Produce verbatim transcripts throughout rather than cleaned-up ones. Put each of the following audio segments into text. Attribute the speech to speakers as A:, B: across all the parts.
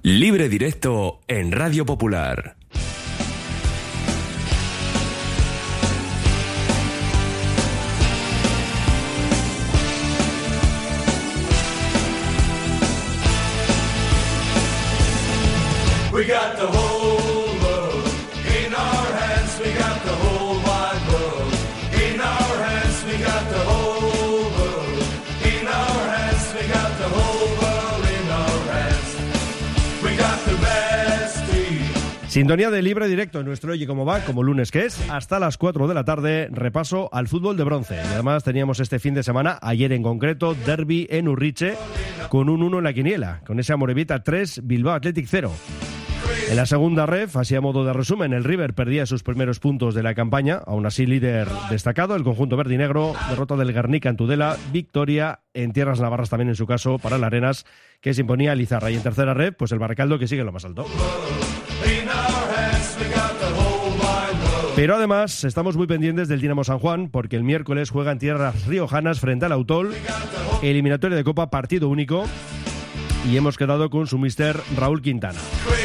A: Libre Directo en Radio Popular.
B: We got the whole world in our hands. We got the whole wide world in our hands. We got the whole world in our hands. We got the whole world in our hands. We got the best team.
C: Sintonía de Libre Directo en nuestro Oye Cómo Va, como lunes que es, hasta las cuatro de la tarde, repaso al fútbol de bronce. Y además teníamos este fin de semana, ayer en concreto, derbi en Urriche, con un uno en la quiniela, con ese Amorebieta tres, Bilbao Athletic cero. En la segunda ref, así a modo de resumen, el River perdía sus primeros puntos de la campaña, aún así líder destacado, el conjunto verde y negro, derrota del Guernica en Tudela, victoria en tierras navarras también en su caso para el Arenas, que se imponía a Lizarra. Y en tercera ref, pues el Baracaldo, que sigue en lo más alto. Pero además estamos muy pendientes del Dinamo San Juan, porque el miércoles juega en tierras riojanas frente al Autol, eliminatoria de Copa, partido único, y hemos quedado con su mister Raúl Quintana.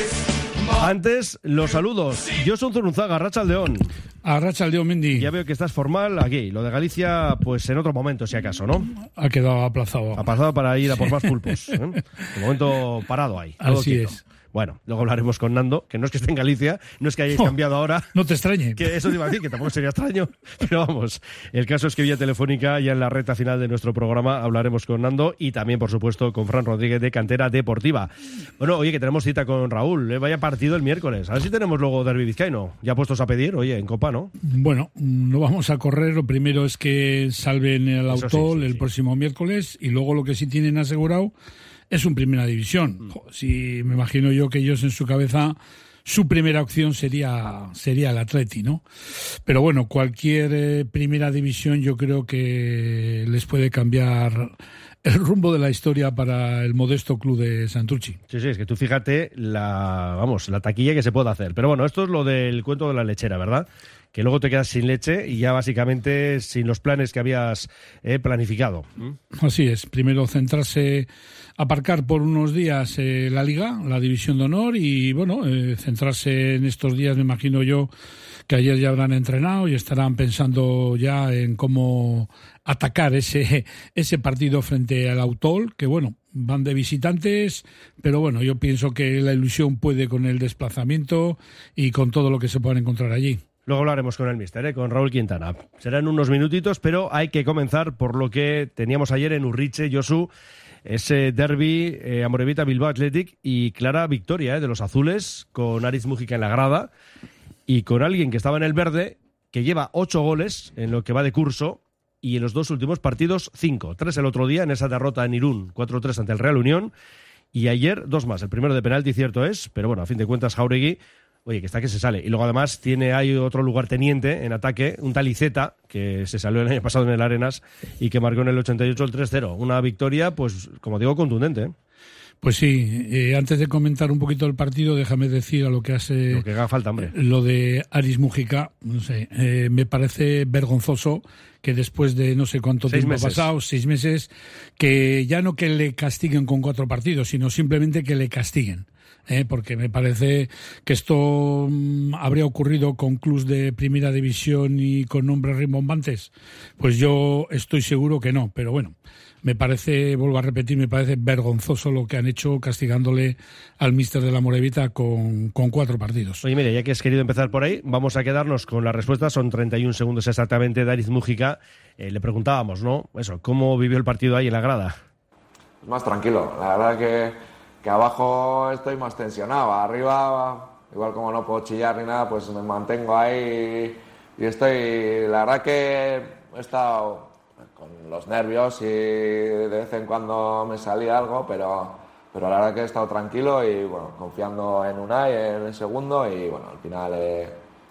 C: Antes, los saludos. Josu Zurunzaga, Arratsaldeon.
D: Arratsaldeon, Mendy.
C: Ya veo que estás formal aquí. Lo de Galicia, pues en otro momento, si acaso, ¿no?
D: Ha quedado aplazado.
C: Aplazado para ir a por más pulpos. ¿eh? De momento parado ahí.
D: Así quieto. Es.
C: Bueno, luego hablaremos con Nando, que no es que esté en Galicia, no es que hayáis oh, cambiado ahora.
D: No te extrañe.
C: Que eso te iba a decir, que tampoco sería extraño. Pero vamos, el caso es que vía telefónica, ya en la recta final de nuestro programa, hablaremos con Nando y también, por supuesto, con Fran Rodríguez de Cantera Deportiva. Bueno, oye, que tenemos cita con Raúl, ¿eh? Vaya partido el miércoles. A ver si tenemos luego derbi vizcaíno. Ya puestos a pedir, oye, en Copa, ¿no?
D: Bueno, no vamos a correr. Lo primero es que salven el Autol sí, sí, el
C: sí.
D: próximo miércoles y luego lo que sí tienen asegurado es un Primera División. Si me imagino yo que ellos en su cabeza su primera opción sería sería el Atleti, ¿no? Pero bueno, cualquier eh, Primera División yo creo que les puede cambiar el rumbo de la historia para el modesto club de Santurchi.
C: Sí, sí, es que tú fíjate la, vamos, la taquilla que se puede hacer. Pero bueno, esto es lo del cuento de la lechera, ¿verdad? Que luego te quedas sin leche y ya básicamente sin los planes que habías eh, planificado.
D: Así es, primero centrarse, aparcar por unos días eh, la Liga, la División de Honor y bueno, eh, centrarse en estos días, me imagino yo, que ayer ya habrán entrenado y estarán pensando ya en cómo atacar ese, ese partido frente al Autol, que bueno, van de visitantes, pero bueno, yo pienso que la ilusión puede con el desplazamiento y con todo lo que se puedan encontrar allí.
C: Luego hablaremos con el míster, ¿eh? Con Raúl Quintana. Serán unos minutitos, pero hay que comenzar por lo que teníamos ayer en Urriche, Josu, ese derbi eh, Amorebieta Bilbao Athletic y clara victoria eh, de los azules con Aritz Mújica en la grada y con alguien que estaba en el verde, que lleva ocho goles en lo que va de curso y en los dos últimos partidos cinco. Tres el otro día en esa derrota en Irún, cuatro tres ante el Real Unión y ayer dos más. El primero de penalti, cierto es, pero bueno, a fin de cuentas Jauregui, oye, que está que se sale. Y luego además tiene ahí otro lugarteniente en ataque, un tal Iceta, que se salió el año pasado en el Arenas y que marcó en el ochenta y ocho el tres cero. Una victoria, pues, como digo, contundente, ¿eh?
D: Pues sí, eh, antes de comentar un poquito el partido, déjame decir a lo que hace...
C: Lo que haga falta, hombre.
D: Lo de Aritz Mújica, no sé, eh, me parece vergonzoso que después de no sé cuánto
C: seis
D: tiempo
C: meses.
D: ha pasado, seis meses, que ya no que le castiguen con cuatro partidos, sino simplemente que le castiguen. Eh, porque me parece que esto mmm, habría ocurrido con clubs de primera división y con nombres rimbombantes. Pues yo estoy seguro que no, pero bueno, me parece, vuelvo a repetir, me parece vergonzoso lo que han hecho castigándole al míster de la Amorebieta con, con cuatro partidos.
C: Oye, mire, ya que has querido empezar por ahí, vamos a quedarnos con la respuesta, son treinta y un segundos exactamente de Aritz Mújica. Eh, le preguntábamos, ¿no? Eso, ¿cómo vivió el partido ahí en la grada?
E: Más tranquilo, la verdad que... que abajo estoy más tensionado, arriba igual como no puedo chillar ni nada, pues me mantengo ahí y estoy, la verdad que he estado con los nervios y de vez en cuando me salía algo, pero, pero la verdad que he estado tranquilo y bueno, confiando en Unai, en el segundo y bueno, al final eh,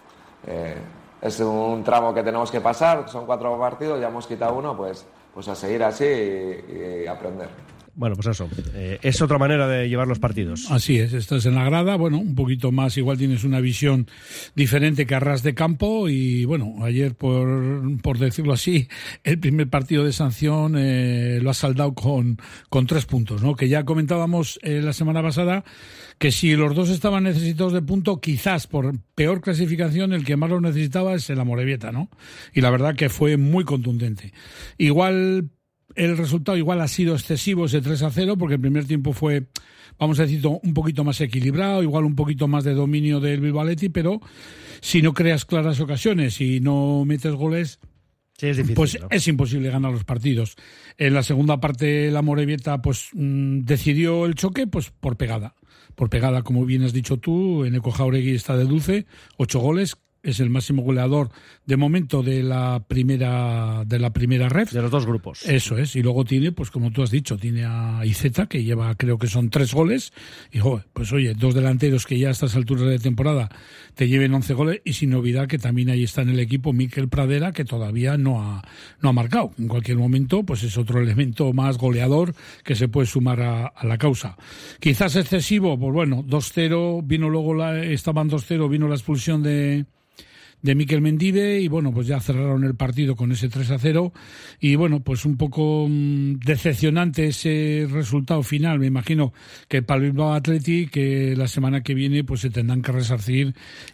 E: eh, es un tramo que tenemos que pasar, son cuatro partidos, ya hemos quitado uno, pues, pues a seguir así y, y aprender.
C: Bueno, pues eso, eh, es otra manera de llevar los partidos.
D: Así es, estás en la grada, bueno, un poquito más, igual tienes una visión diferente que a ras de campo y bueno, ayer por, por decirlo así, el primer partido de sanción eh, lo has saldado con, con tres puntos, ¿no? Que ya comentábamos eh, la semana pasada que si los dos estaban necesitados de punto, quizás por peor clasificación el que más lo necesitaba es el Amorebieta, ¿no? Y la verdad que fue muy contundente. Igual el resultado igual ha sido excesivo, ese tres a cero, porque el primer tiempo fue, vamos a decir, un poquito más equilibrado, igual un poquito más de dominio del Bilbao Athletic, pero si no creas claras ocasiones y no metes goles,
C: sí, es difícil,
D: pues
C: ¿no?
D: es imposible ganar los partidos. En la segunda parte la Amorebieta pues mmm, decidió el choque pues por pegada. Por pegada, como bien has dicho tú, Eneko Jauregui está de dulce, ocho goles, es el máximo goleador de momento de la primera de la primera red.
C: De los dos grupos.
D: Eso es, y luego tiene, pues como tú has dicho, tiene a Iceta, que lleva, creo que son tres goles, y joder, pues oye, dos delanteros que ya a estas alturas de temporada te lleven once goles, y sin olvidar que también ahí está en el equipo Mikel Pradera, que todavía no ha, no ha marcado. En cualquier momento, pues es otro elemento más goleador que se puede sumar a, a la causa. Quizás excesivo, pues bueno, dos cero, vino luego, la, estaban dos cero, vino la expulsión de... de Mikel Mendive y bueno, pues ya cerraron el partido con ese tres a cero y bueno, pues un poco mmm, decepcionante ese resultado final. Me imagino que para el Bilbao Athletic que la semana que viene pues se tendrán que resarcir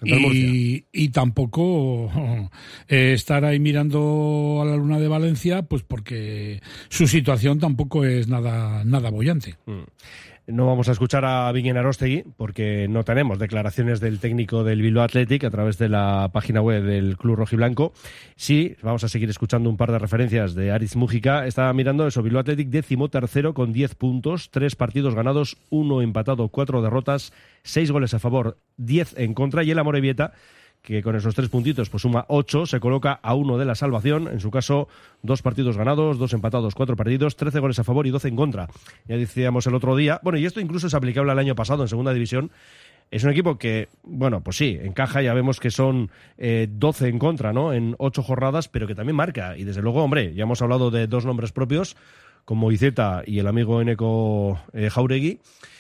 D: y, y tampoco eh, estar ahí mirando a la luna de Valencia, pues porque su situación tampoco es nada, nada boyante.
C: Mm. No vamos a escuchar a Bingen Arostegui porque no tenemos declaraciones del técnico del Bilbao Athletic a través de la página web del Club Rojiblanco. Sí, vamos a seguir escuchando un par de referencias de Aritz Mújica. Estaba mirando eso, Bilbao Athletic décimo tercero con diez puntos, tres partidos ganados, uno empatado, cuatro derrotas, seis goles a favor, diez en contra, y el Amorebieta, que con esos tres puntitos pues suma ocho, se coloca a uno de la salvación. En su caso, dos partidos ganados, dos empatados, cuatro perdidos, trece goles a favor y doce en contra. Ya decíamos el otro día, bueno, y esto incluso es aplicable al año pasado en segunda división. Es un equipo que, bueno, pues sí, encaja, ya vemos que son eh, doce en contra, ¿no? En ocho jornadas, pero que también marca. Y desde luego, hombre, ya hemos hablado de dos nombres propios, como Iceta y el amigo Eneko eh, Jauregui.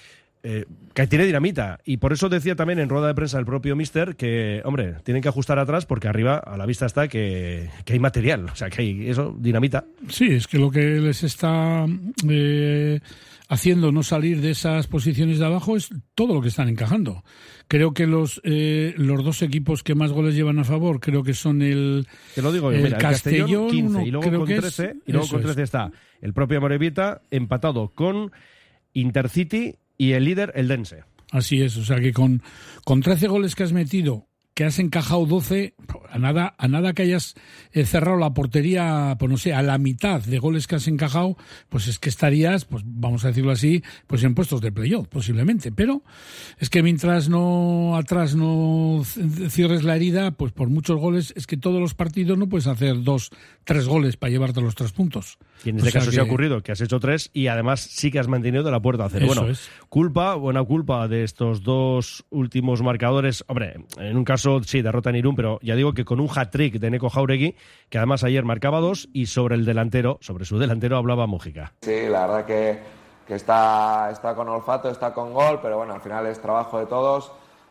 C: Eh, que tiene dinamita, y por eso decía también en rueda de prensa el propio Mister que, hombre, tienen que ajustar atrás porque arriba a la vista está que, que hay material, o sea, que hay eso, dinamita.
D: Sí, es que lo que les está eh, haciendo no salir de esas posiciones de abajo es todo lo que están encajando. Creo que los eh, los dos equipos que más goles llevan a favor, creo que son el,
C: Te lo digo yo,
D: el
C: mira,
D: Castellón,
C: el Castellón quince,
D: uno,
C: y luego
D: creo
C: con
D: que
C: trece,
D: es,
C: y luego con
D: es.
C: trece está el propio Amorebieta empatado con Intercity y el líder, el Dense.
D: Así es, o sea que con, con trece goles que has metido, que has encajado doce, a nada, a nada que hayas eh, cerrado la portería, pues no sé, a la mitad de goles que has encajado, pues es que estarías, pues vamos a decirlo así, pues en puestos de playoff, posiblemente. Pero es que mientras no atrás no cierres la herida, pues por muchos goles, es que todos los partidos no puedes hacer dos, tres goles para llevarte los tres puntos.
C: Y en este
D: o sea
C: caso
D: que...
C: sí ha ocurrido que has hecho tres y además sí que has mantenido la puerta a cero.
D: Eso
C: bueno,
D: es.
C: culpa, buena culpa de estos dos últimos marcadores. Hombre, en un caso sí, derrota en Irún, pero ya digo que con un hat-trick de Eneko Jauregui, que además ayer marcaba dos, y sobre el delantero, sobre su delantero hablaba Mújica.
E: Sí, la verdad que, que está, está con olfato, está con gol, pero bueno, al final es trabajo de todos.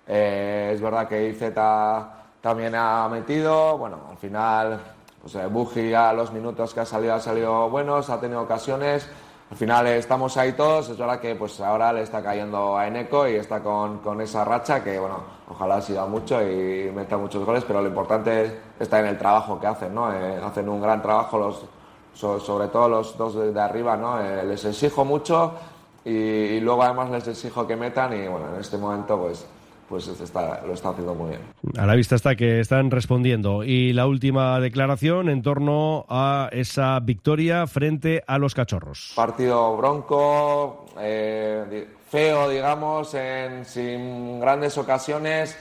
E: Eh, es verdad que Iceta también ha metido, bueno, al final... Pues eh, Buji a los minutos que ha salido ha salido buenos, ha tenido ocasiones. Al final eh, estamos ahí todos. Es verdad que pues ahora le está cayendo a Eneko y está con, con esa racha que, bueno, ojalá siga mucho y meta muchos goles, pero lo importante está en el trabajo que hacen, ¿no? Eh, hacen un gran trabajo, los, so, sobre todo los dos de, de arriba, ¿no? Eh, les exijo mucho y, y luego además les exijo que metan y, bueno, en este momento pues... pues está, lo está haciendo muy bien.
C: A la vista está que están respondiendo. Y la última declaración en torno a esa victoria frente a los Cachorros.
E: Partido bronco, eh, feo, digamos, en, sin grandes ocasiones.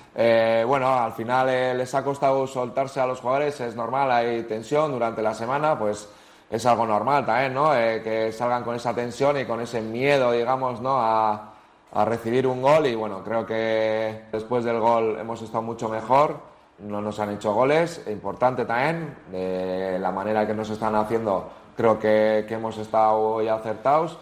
E: Eh, bueno, al final eh, les ha costado soltarse a los jugadores, es normal, hay tensión durante la semana, pues es algo normal también, ¿no? Eh, que salgan con esa tensión y con ese miedo, digamos, ¿no? A a recibir un gol y bueno, creo que después del gol hemos estado mucho mejor, no nos han hecho goles, importante también, de la manera que nos están haciendo creo que, que hemos estado hoy acertados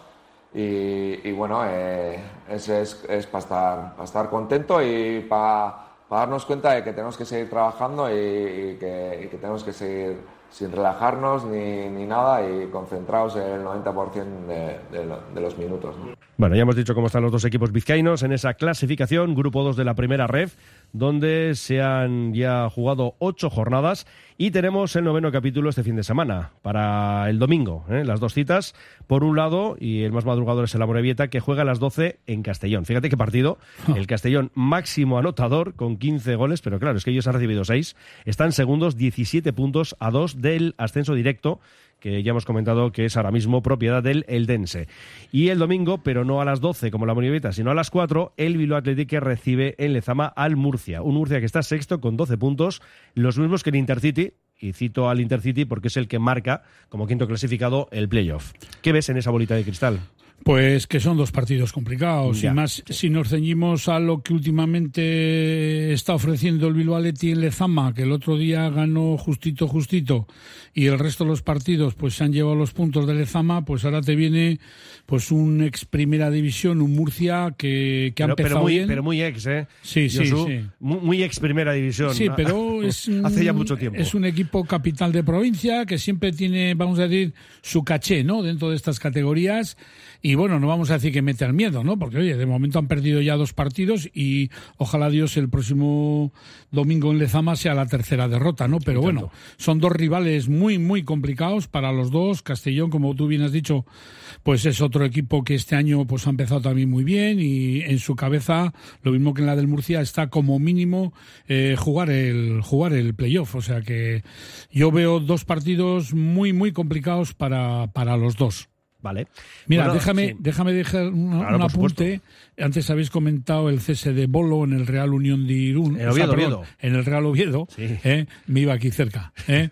E: y, y bueno, eh, es, es, es para estar, para estar contento y para, para darnos cuenta de que tenemos que seguir trabajando y, y, que, y que tenemos que seguir sin relajarnos ni, ni nada y concentrados en el noventa por ciento de, de, de los minutos, ¿no?
C: Bueno, ya hemos dicho cómo están los dos equipos vizcaínos en esa clasificación, grupo dos de la primera ref, donde se han ya jugado ocho jornadas y tenemos el noveno capítulo este fin de semana para el domingo, ¿eh? Las dos citas, por un lado, y el más madrugador es el Amorebieta, que juega a las doce en Castellón. Fíjate qué partido, el Castellón máximo anotador con quince goles, pero claro, es que ellos han recibido seis, están segundos, diecisiete puntos a dos del ascenso directo, que ya hemos comentado que es ahora mismo propiedad del Eldense. Y el domingo, pero no a las doce como la Amorebieta, sino a las cuatro, el Bilbao Athletic que recibe en Lezama al Murcia. Un Murcia que está sexto con doce puntos, los mismos que el Intercity, y cito al Intercity porque es el que marca como quinto clasificado el playoff. ¿Qué ves en esa bolita de cristal?
D: Pues que son dos partidos complicados,
C: ya,
D: y más
C: sí.
D: Si nos ceñimos a lo que últimamente está ofreciendo el Bilbao Athletic en Lezama, que el otro día ganó justito, justito, y el resto de los partidos pues se han llevado los puntos de Lezama, pues ahora te viene pues un ex primera división, un Murcia que, que ha
C: pero,
D: empezado
C: pero muy,
D: bien.
C: Pero muy ex, ¿eh?
D: Sí, sí,
C: Josu,
D: sí.
C: Muy, muy ex primera división.
D: Sí, pero es
C: hace ya mucho tiempo.
D: Es un equipo capital de provincia que siempre tiene, vamos a decir, su caché, ¿no? Dentro de estas categorías. Y bueno, no vamos a decir que mete al miedo, ¿no? Porque, oye, de momento han perdido ya dos partidos y ojalá Dios el próximo domingo en Lezama sea la tercera derrota, ¿no? Pero bueno, son dos rivales muy, muy complicados para los dos. Castellón, como tú bien has dicho, pues es otro equipo que este año pues ha empezado también muy bien y en su cabeza, lo mismo que en la del Murcia, está como mínimo eh, jugar el jugar el playoff. O sea que yo veo dos partidos muy, muy complicados para, para los dos.
C: Vale.
D: Mira,
C: Bueno,
D: déjame,
C: sí.
D: déjame dejar un,
C: Claro,
D: un
C: por
D: apunte.
C: supuesto.
D: Antes habéis comentado el cese de Bolo en el Real Unión de Irún.
C: En
D: o sea,
C: Oviedo,
D: perdón,
C: Oviedo.
D: en el Real Oviedo.
C: Sí.
D: ¿eh? Me iba aquí cerca. ¿eh?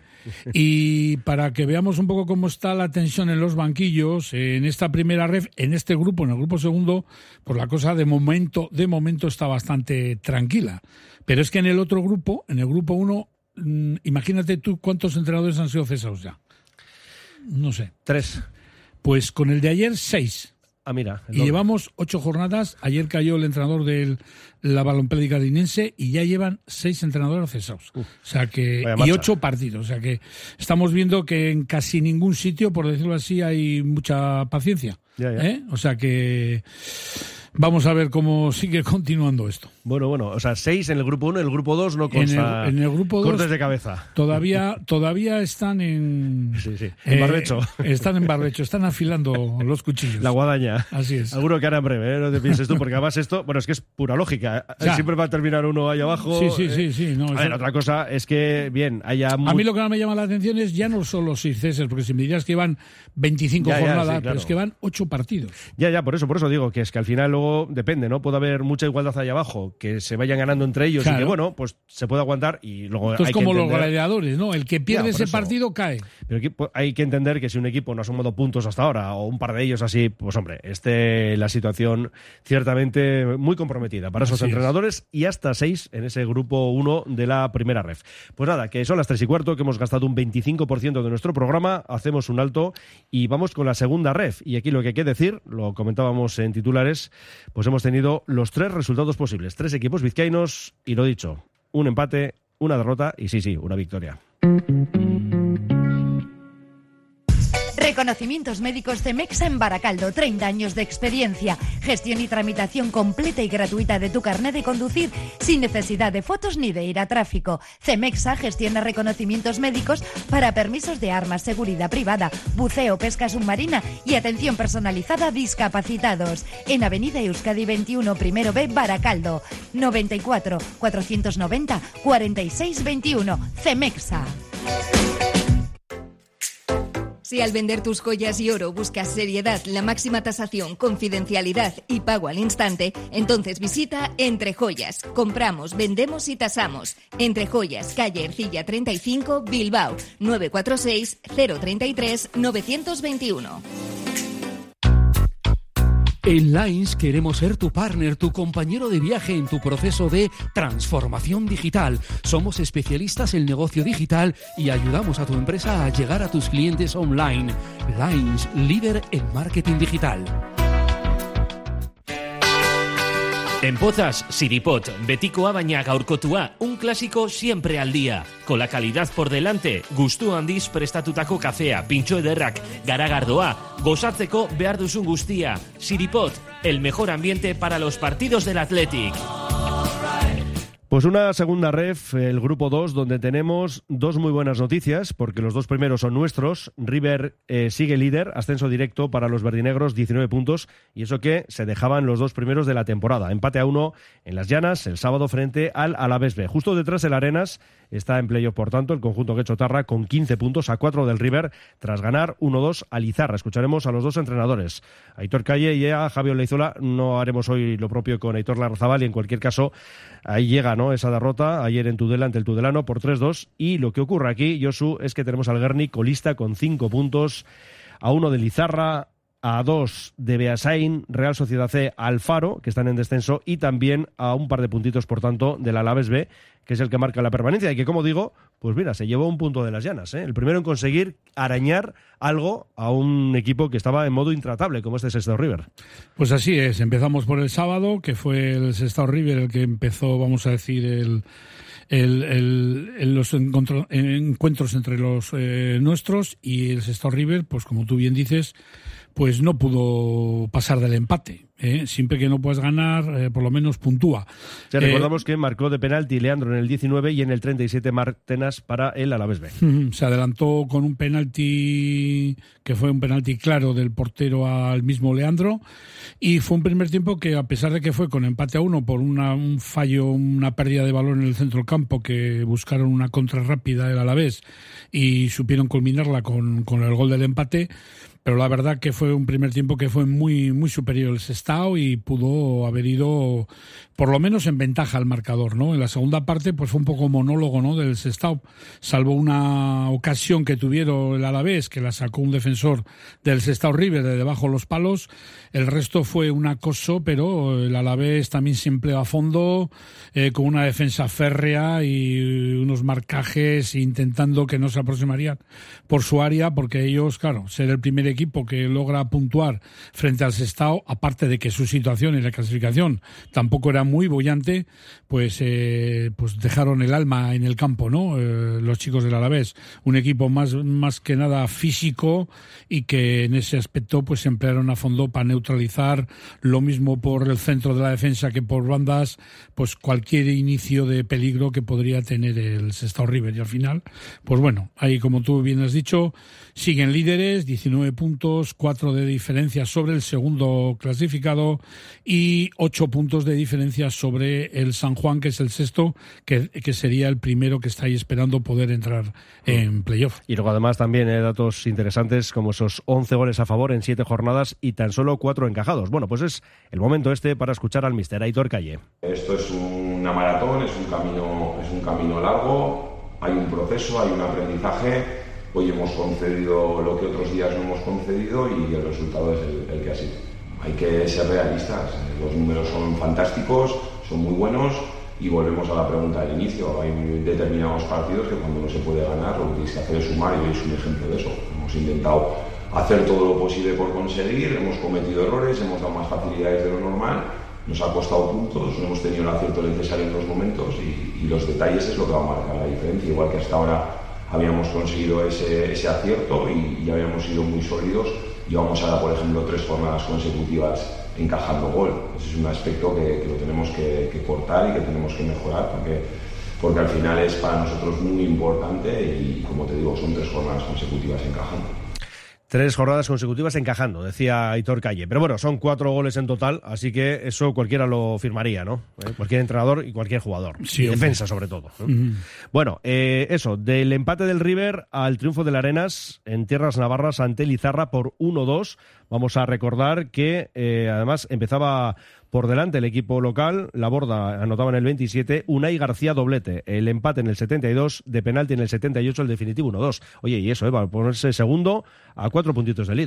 D: Y para que veamos un poco cómo está la tensión en los banquillos, en esta primera ref, en este grupo, en el grupo segundo, pues la cosa de momento, de momento está bastante tranquila. Pero es que en el otro grupo, en el grupo uno, mmm, imagínate tú cuántos entrenadores han sido cesados ya. No sé.
C: Tres.
D: Pues con el de ayer, seis.
C: Ah, mira.
D: Y llevamos ocho jornadas. Ayer cayó el entrenador de la Balompédica Linense y ya llevan seis entrenadores cesados. Uf, o sea que y ocho partidos. O sea que estamos viendo que en casi ningún sitio, por decirlo así, hay mucha paciencia.
C: Ya, ya.
D: ¿eh? O sea que vamos a ver cómo sigue continuando esto.
C: Bueno, bueno, o sea, seis en el grupo uno, el grupo dos no consta.
D: En el, en el grupo dos,
C: cortes de cabeza.
D: Todavía, todavía están en.
C: Sí, sí. En barbecho.
D: Eh, están en barbecho, están afilando los cuchillos.
C: La guadaña.
D: Así es.
C: Seguro que hará en breve, ¿eh? No te pienses tú, porque además esto, bueno, es que es pura lógica.
D: Ya.
C: Siempre va a terminar uno ahí abajo.
D: Sí, sí,
C: eh.
D: sí, sí. No,
C: a
D: eso...
C: ver, otra cosa es que, bien, haya.
D: A mí lo que no me llama la atención es ya no solo los seis ceses, porque si me dirías que van veinticinco
C: ya, ya,
D: jornadas,
C: sí, claro.
D: pero es que van ocho partidos.
C: Ya, ya, por eso, por eso digo que es que al final luego depende, ¿no? Puede haber mucha igualdad ahí abajo, que se vayan ganando entre ellos
D: claro.
C: y que, bueno, pues se puede aguantar y luego
D: Esto
C: hay
D: es como
C: que
D: los
C: entender...
D: gladiadores, ¿no? El que pierde
C: Ya,
D: ese
C: eso.
D: partido cae.
C: Pero aquí, pues, hay que entender que si un equipo no ha sumado puntos hasta ahora, o un par de ellos así, pues hombre, esté la situación ciertamente muy comprometida para esos
D: Así
C: entrenadores
D: es.
C: y hasta seis en ese grupo uno de la primera ref. Pues nada, que son las tres y cuarto, que hemos gastado un veinticinco por ciento de nuestro programa, hacemos un alto y vamos con la segunda ref. Y aquí lo que hay que decir, lo comentábamos en titulares, pues hemos tenido los tres resultados posibles. Tres equipos vizcaínos y lo dicho, un empate, una derrota y sí, sí, una victoria.
F: Reconocimientos médicos Cemexa en Baracaldo, treinta años de experiencia, gestión y tramitación completa y gratuita de tu carnet de conducir sin necesidad de fotos ni de ir a tráfico. Cemexa gestiona reconocimientos médicos para permisos de armas, seguridad privada, buceo, pesca submarina y atención personalizada a discapacitados. En Avenida Euskadi veintiuno, primero B, Baracaldo, noventa y cuatro, cuatrocientos noventa, cuarenta y seis veintiuno. Cemexa.
G: Si al vender tus joyas y oro buscas seriedad, la máxima tasación, confidencialidad y pago al instante, entonces visita Entre Joyas. Compramos, vendemos y tasamos. Entre Joyas, calle Ercilla treinta y cinco, Bilbao, nueve cuatro seis, cero tres tres, nueve dos uno.
H: En Lines queremos ser tu partner, tu compañero de viaje en tu proceso de transformación digital. Somos especialistas en negocio digital y ayudamos a tu empresa a llegar a tus clientes online. Lines, líder en marketing digital.
I: En Pozas, Siripot, betikoa baina gaurkotua, un clásico siempre al día. Con la calidad por delante, gustu handiz prestatutako kafea, pintxo ederrak, garagardoa, gozatzeko behar duzun guztia. Siripot, el mejor ambiente para los partidos del Athletic.
C: Pues una segunda ref, el grupo dos, donde tenemos dos muy buenas noticias, porque los dos primeros son nuestros. River eh, sigue líder, ascenso directo para los verdinegros, diecinueve puntos, y eso que se dejaban los dos primeros de la temporada. Empate a uno en Las Llanas, el sábado frente al Alavés B. Justo detrás el Arenas está en playoff, por tanto, el conjunto quechotarra con quince puntos a cuatro del River, tras ganar uno dos al Izarra. Escucharemos a los dos entrenadores, a Aitor Calle y a Javier Leizola. No haremos hoy lo propio con Aitor Larrazabal, y en cualquier caso, ahí llega, ¿no?, esa derrota ayer en Tudela ante el Tudelano por tres dos, y lo que ocurre aquí, Josu, es que tenemos al Guernic colista con cinco puntos, a uno del Izarra, a dos de Beasain, Real Sociedad C, Alfaro, que están en descenso, y también a un par de puntitos, por tanto, del Alavés B, que es el que marca la permanencia, y que, como digo, pues mira, se llevó un punto de Las Llanas, ¿eh? El primero en conseguir arañar algo a un equipo que estaba en modo intratable, como este Sestao River.
D: Pues así es, empezamos por el sábado, que fue el Sestao River el que empezó, vamos a decir, el... El, el, el, los encontro, encuentros entre los eh, nuestros, y el Sestao River, pues como tú bien dices, pues no pudo pasar del empate. ¿eh? Siempre que no puedas ganar, eh, por lo menos puntúa.
C: Sí, recordamos eh, que marcó de penalti Leandro en el diecinueve y en el treinta y siete Martenas para el Alavés B.
D: Se adelantó con un penalti que fue un penalti claro del portero al mismo Leandro, y fue un primer tiempo que, a pesar de que fue con empate a uno por una, un fallo, una pérdida de balón en el centro del campo, que buscaron una contra rápida el Alavés y supieron culminarla con, con el gol del empate, pero la verdad que fue un primer tiempo que fue muy muy superior el Sestao y pudo haber ido por lo menos en ventaja al marcador, ¿no? En la segunda parte pues fue un poco monólogo, ¿no?, del Sestao, salvo una ocasión que tuvieron el Alavés, que la sacó un defensor del Sestao River de debajo de los palos. El resto fue un acoso, pero el Alavés también se empleó a fondo, eh, con una defensa férrea y unos marcajes intentando que no se aproximarían por su área, porque ellos, claro, ser el primer equipo que logra puntuar frente al Sestao, aparte de que su situación en la clasificación tampoco era muy bollante, pues eh, pues dejaron el alma en el campo, ¿no? Eh, los chicos del Alavés, un equipo más más que nada físico, y que en ese aspecto pues se emplearon a fondo para neutralizar, lo mismo por el centro de la defensa que por bandas, pues cualquier inicio de peligro que podría tener el Sestao River. Y al final, pues bueno, ahí, como tú bien has dicho, siguen líderes, diecinueve puntos, cuatro de diferencia sobre el segundo clasificado y ocho puntos de diferencia sobre el San Juan, que es el sexto, que, que sería el primero que está ahí esperando poder entrar en playoff.
C: Y luego además también eh, datos interesantes como esos once goles a favor en siete jornadas y tan solo cuatro encajados. Bueno, pues es el momento este para escuchar al míster Aitor Calle.
J: Esto es una maratón, es un camino, es un camino largo, hay un proceso, hay un aprendizaje. Hoy hemos concedido lo que otros días no hemos concedido y el resultado es el, el que ha sido. Hay que ser realistas, los números son fantásticos, son muy buenos, y volvemos a la pregunta del inicio. Hay determinados partidos que cuando no se puede ganar lo que tienes que hacer es sumar, y hoy es un ejemplo de eso. Hemos intentado hacer todo lo posible por conseguir, hemos cometido errores, hemos dado más facilidades de lo normal, nos ha costado puntos, no hemos tenido el acierto necesario en los momentos, y, y los detalles es lo que va a marcar la diferencia. Igual que hasta ahora habíamos conseguido ese, ese acierto y, y habíamos sido muy sólidos, llevamos ahora, por ejemplo, tres jornadas consecutivas encajando gol. Ese es un aspecto que, que lo tenemos que, que cortar y que tenemos que mejorar, porque, porque al final es para nosotros muy importante, y como te digo, son tres jornadas consecutivas encajando.
C: Tres jornadas consecutivas encajando, decía Aitor Calle. Pero bueno, son cuatro goles en total, así que eso cualquiera lo firmaría, ¿no? ¿Eh? Cualquier entrenador y cualquier jugador. Sí, y defensa, sobre todo, ¿no? Uh-huh. Bueno, eh, eso, del empate del River al triunfo del Arenas en tierras navarras ante el Izarra por uno dos. Vamos a recordar que, eh, además, empezaba por delante el equipo local. La Borda anotaba en el veintisiete, Unai García doblete, el empate en el setenta y dos, de penalti en el setenta y ocho, el definitivo uno dos. Oye, y eso, ¿eh? Va a ponerse segundo a cuatro puntitos de líder.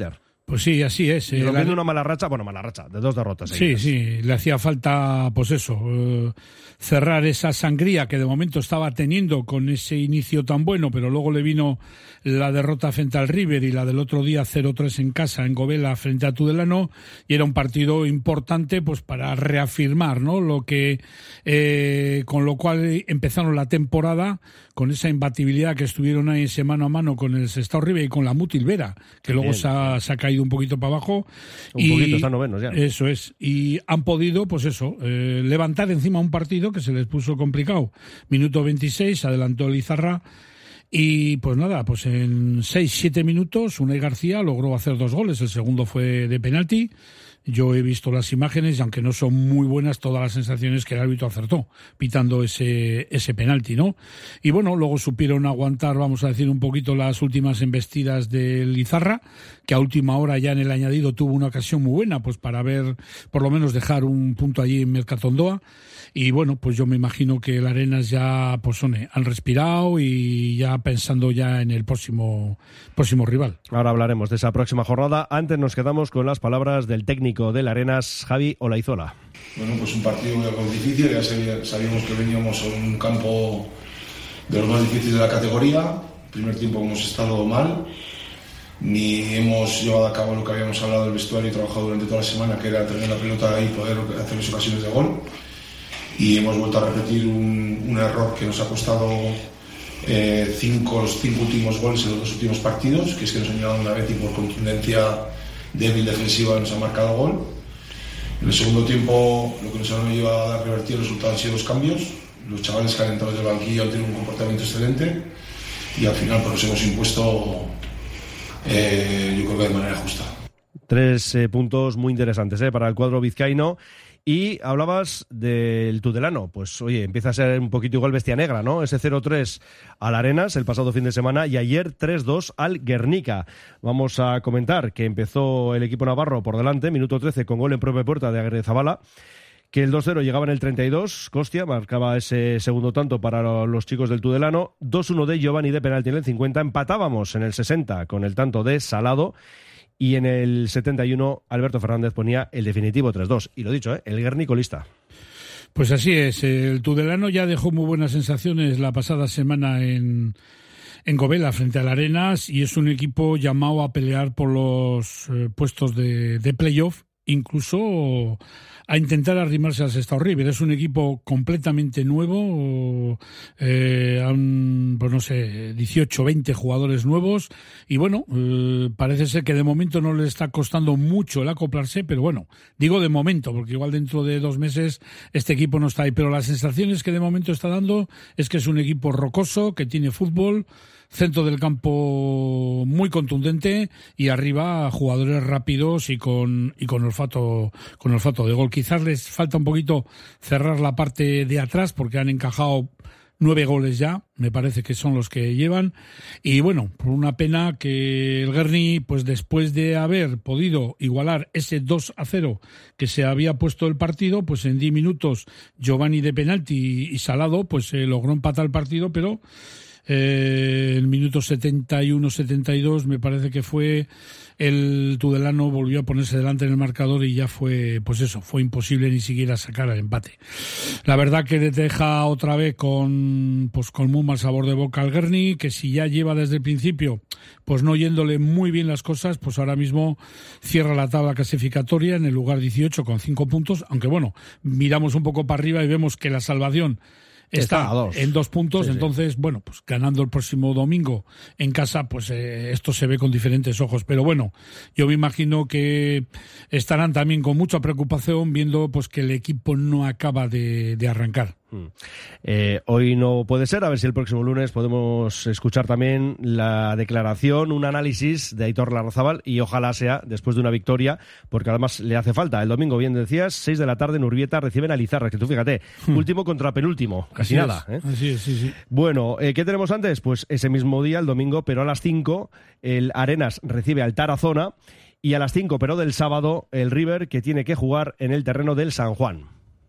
D: Pues sí, así es.
C: Y rompiendo una mala racha, bueno, mala racha, de dos derrotas.
D: Sí,
C: seguidas.
D: sí, le hacía falta, pues eso, eh, cerrar esa sangría que de momento estaba teniendo con ese inicio tan bueno, pero luego le vino la derrota frente al River y la del otro día cero tres en casa, en Govela, frente a Tudelano, y era un partido importante pues para reafirmar, ¿no?, lo que, eh, con lo cual empezaron la temporada con esa imbatibilidad que estuvieron ahí ese mano a mano con el Sestao River y con la Mutilvera, que luego se ha, se ha caído un poquito para abajo.
C: Un
D: y,
C: poquito, están novenos ya.
D: Eso es. Y han podido, pues eso, eh, levantar encima un partido que se les puso complicado. Minuto veintiséis, adelantó Lizarra. Y pues nada, pues en seis siete minutos, Unai García logró hacer dos goles. El segundo fue de penalti. Yo he visto las imágenes y aunque no son muy buenas, todas las sensaciones que el árbitro acertó pitando ese ese penalti, ¿no? Y bueno, luego supieron aguantar, vamos a decir, un poquito las últimas embestidas de Lizarra, que a última hora ya en el añadido tuvo una ocasión muy buena, pues para ver, por lo menos dejar un punto allí en Mercatondoa. Y bueno, pues yo me imagino que el Arenas ya, pues son, han respirado y ya pensando ya en el próximo próximo rival.
C: Ahora hablaremos de esa próxima jornada. Antes nos quedamos con las palabras del técnico del Arenas, Javi Olaizola.
K: Bueno, pues un partido muy difícil, ya sabíamos que veníamos a un campo de los más difíciles de la categoría. El primer tiempo hemos estado mal, ni hemos llevado a cabo lo que habíamos hablado del vestuario y trabajado durante toda la semana, que era tener la pelota y poder hacer las ocasiones de gol. Y hemos vuelto a repetir un, un error que nos ha costado eh, cinco, los cinco últimos goles en los dos últimos partidos, que es que nos han llegado una vez y por contundencia débil defensiva nos ha marcado gol. En el segundo tiempo lo que nos ha llevado a revertir el resultado han sido los cambios. Los chavales que han entrado desde el banquillo han tenido un comportamiento excelente y al final pues, nos hemos impuesto eh, yo creo que de manera justa.
C: Tres eh, puntos muy interesantes eh, para el cuadro vizcaíno. Y hablabas del Tudelano, pues oye, empieza a ser un poquito igual bestia negra, ¿no? Ese cero tres al Arenas el pasado fin de semana y ayer tres dos al Guernica. Vamos a comentar que empezó el equipo navarro por delante, minuto trece con gol en propia puerta de Agredezabala, que el dos cero llegaba en el treinta y dos, Costia marcaba ese segundo tanto para los chicos del Tudelano, dos uno de Giovanni de penalti en el cincuenta, empatábamos en el sesenta con el tanto de Salado. Y en el setenta y uno, Alberto Fernández ponía el definitivo tres dos. Y lo dicho, ¿eh? El guernicolista.
D: Pues así es. El Tudelano ya dejó muy buenas sensaciones la pasada semana en, en Govela frente al Arenas y es un equipo llamado a pelear por los eh, puestos de, de playoff, incluso a intentar arrimarse al Sestao River. Es un equipo completamente nuevo, eh, han, pues no sé, dieciocho, veinte jugadores nuevos y bueno, eh, parece ser que de momento no le está costando mucho el acoplarse, pero bueno, digo de momento, porque igual dentro de dos meses este equipo no está ahí, pero las sensaciones que de momento está dando es que es un equipo rocoso, que tiene fútbol, centro del campo muy contundente y arriba jugadores rápidos y con y con olfato con olfato de gol. Quizás les falta un poquito cerrar la parte de atrás porque han encajado nueve goles ya, me parece que son los que llevan. Y bueno, por una pena que el Guerni, pues después de haber podido igualar ese dos a cero que se había puesto el partido, pues en diez minutos Giovanni de penalti y Salado, pues eh, logró empatar el partido, pero Eh, en el minuto setenta y uno setenta y dos me parece que fue, el Tudelano volvió a ponerse delante en el marcador y ya fue, pues eso, fue imposible ni siquiera sacar el empate. La verdad que le deja otra vez con, pues con muy mal sabor de boca al Guerni, que si ya lleva desde el principio pues no yéndole muy bien las cosas, pues ahora mismo cierra la tabla clasificatoria en el lugar dieciocho con cinco puntos, aunque bueno, miramos un poco para arriba y vemos que la salvación está, está dos. en dos puntos, sí, entonces, sí. bueno, pues ganando el próximo domingo en casa, pues eh, esto se ve con diferentes ojos. Pero bueno, yo me imagino que estarán también con mucha preocupación viendo pues que el equipo no acaba de, de arrancar.
C: Eh, hoy no puede ser, a ver si el próximo lunes podemos escuchar también la declaración, un análisis de Aitor Larrazábal y ojalá sea después de una victoria, porque además le hace falta. El domingo, bien decías, seis de la tarde en Urbieta reciben a Lizarra, que tú fíjate, hmm. último contra penúltimo, casi
D: así
C: nada.
D: Es,
C: ¿eh?
D: Así es, sí, sí.
C: Bueno, eh, ¿qué tenemos antes? Pues ese mismo día, el domingo, pero a las cinco, el Arenas recibe al Tarazona y a las cinco, pero del sábado, el River, que tiene que jugar en el terreno del San Juan.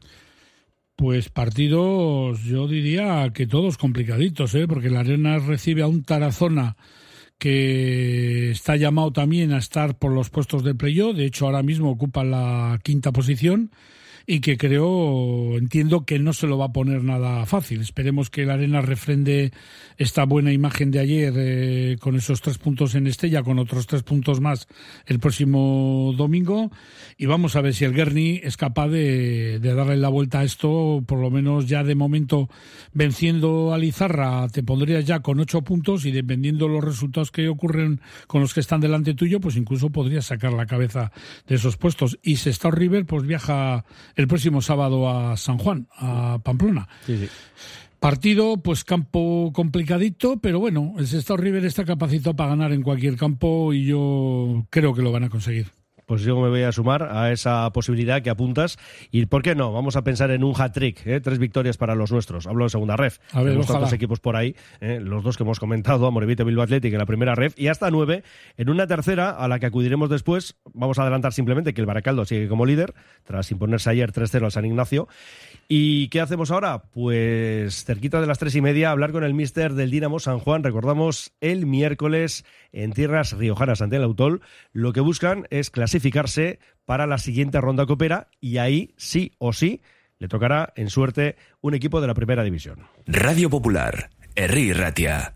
D: Pues partidos, yo diría que todos complicaditos, ¿eh? Porque el Arenas recibe a un Tarazona que está llamado también a estar por los puestos de playoff, de hecho ahora mismo ocupa la quinta posición, y que creo, entiendo que no se lo va a poner nada fácil. Esperemos que el Arena refrende esta buena imagen de ayer eh, con esos tres puntos en Estella, con otros tres puntos más el próximo domingo, y vamos a ver si el Guerni es capaz de, de darle la vuelta a esto, por lo menos ya de momento venciendo a Lizarra te pondrías ya con ocho puntos, y dependiendo los resultados que ocurren con los que están delante tuyo, pues incluso podrías sacar la cabeza de esos puestos. Y Sestao River pues viaja el próximo sábado a San Juan, a Pamplona. Sí, sí. Partido, pues campo complicadito, pero bueno, el Sestao River está capacitado para ganar en cualquier campo y yo creo que lo van a conseguir.
C: Pues yo me voy a sumar a esa posibilidad que apuntas. Y ¿por qué no? Vamos a pensar en un hat-trick, ¿eh? Tres victorias para los nuestros. Hablo de segunda ref.
D: A ver,
C: Tenemos
D: ojalá.
C: tantos equipos por ahí, ¿eh? Los dos que hemos comentado, Amorebieta y Bilbao Athletic en la primera ref, y hasta nueve en una tercera a la que acudiremos después. Vamos a adelantar simplemente que el Baracaldo sigue como líder, tras imponerse ayer tres cero al San Ignacio. ¿Y qué hacemos ahora? Pues cerquita de las tres y media, hablar con el míster del Dinamo San Juan. Recordamos, el miércoles en tierras riojanas ante el Autol. Lo que buscan es clasificarse para la siguiente ronda copera, y ahí sí o sí le tocará en suerte un equipo de la primera división.
A: Radio Popular, Herri Ratia.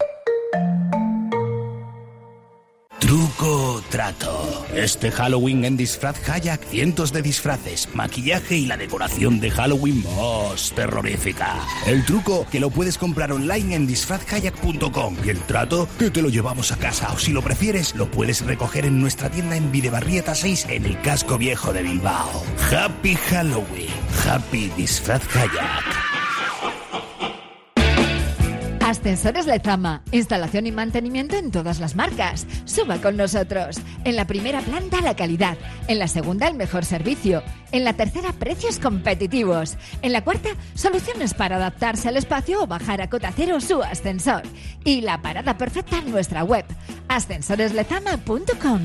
L: Truco trato. Este Halloween en Disfraz Kayak, cientos de disfraces, maquillaje y la decoración de Halloween más terrorífica. El truco, que lo puedes comprar online en disfraz kayak punto com, y el trato, que te lo llevamos a casa, o si lo prefieres, lo puedes recoger en nuestra tienda en Videbarrieta seis, en el casco viejo de Bilbao. Happy Halloween. Happy Disfraz Kayak.
G: Ascensores Lezama, instalación y mantenimiento en todas las marcas. Suba con nosotros. En la primera planta la calidad, en la segunda el mejor servicio, en la tercera precios competitivos, en la cuarta soluciones para adaptarse al espacio o bajar a cota cero su ascensor. Y la parada perfecta en nuestra web, ascensores lezama punto com.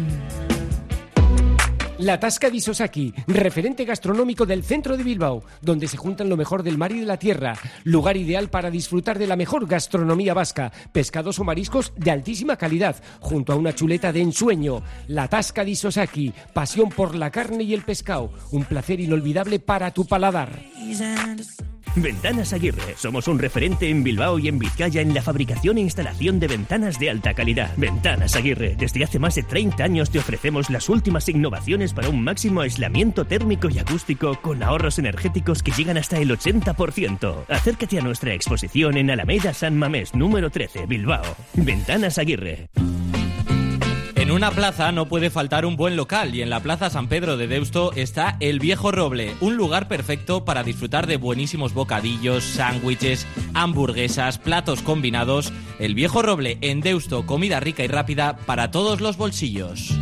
M: La Tasca di Sosaki, referente gastronómico del centro de Bilbao, donde se juntan lo mejor del mar y de la tierra. Lugar ideal para disfrutar de la mejor gastronomía vasca, pescados o mariscos de altísima calidad, junto a una chuleta de ensueño. La Tasca di Sosaki, pasión por la carne y el pescado, un placer inolvidable para tu paladar.
N: Ventanas Aguirre. Somos un referente en Bilbao y en Vizcaya en la fabricación e instalación de ventanas de alta calidad. Ventanas Aguirre. Desde hace más de treinta años te ofrecemos las últimas innovaciones para un máximo aislamiento térmico y acústico con ahorros energéticos que llegan hasta el ochenta por ciento. Acércate a nuestra exposición en Alameda San Mamés, número trece, Bilbao. Ventanas Aguirre.
O: En una plaza no puede faltar un buen local, y en la Plaza San Pedro de Deusto está El Viejo Roble, un lugar perfecto para disfrutar de buenísimos bocadillos, sándwiches, hamburguesas, platos combinados. El Viejo Roble en Deusto, comida rica y rápida para todos los bolsillos.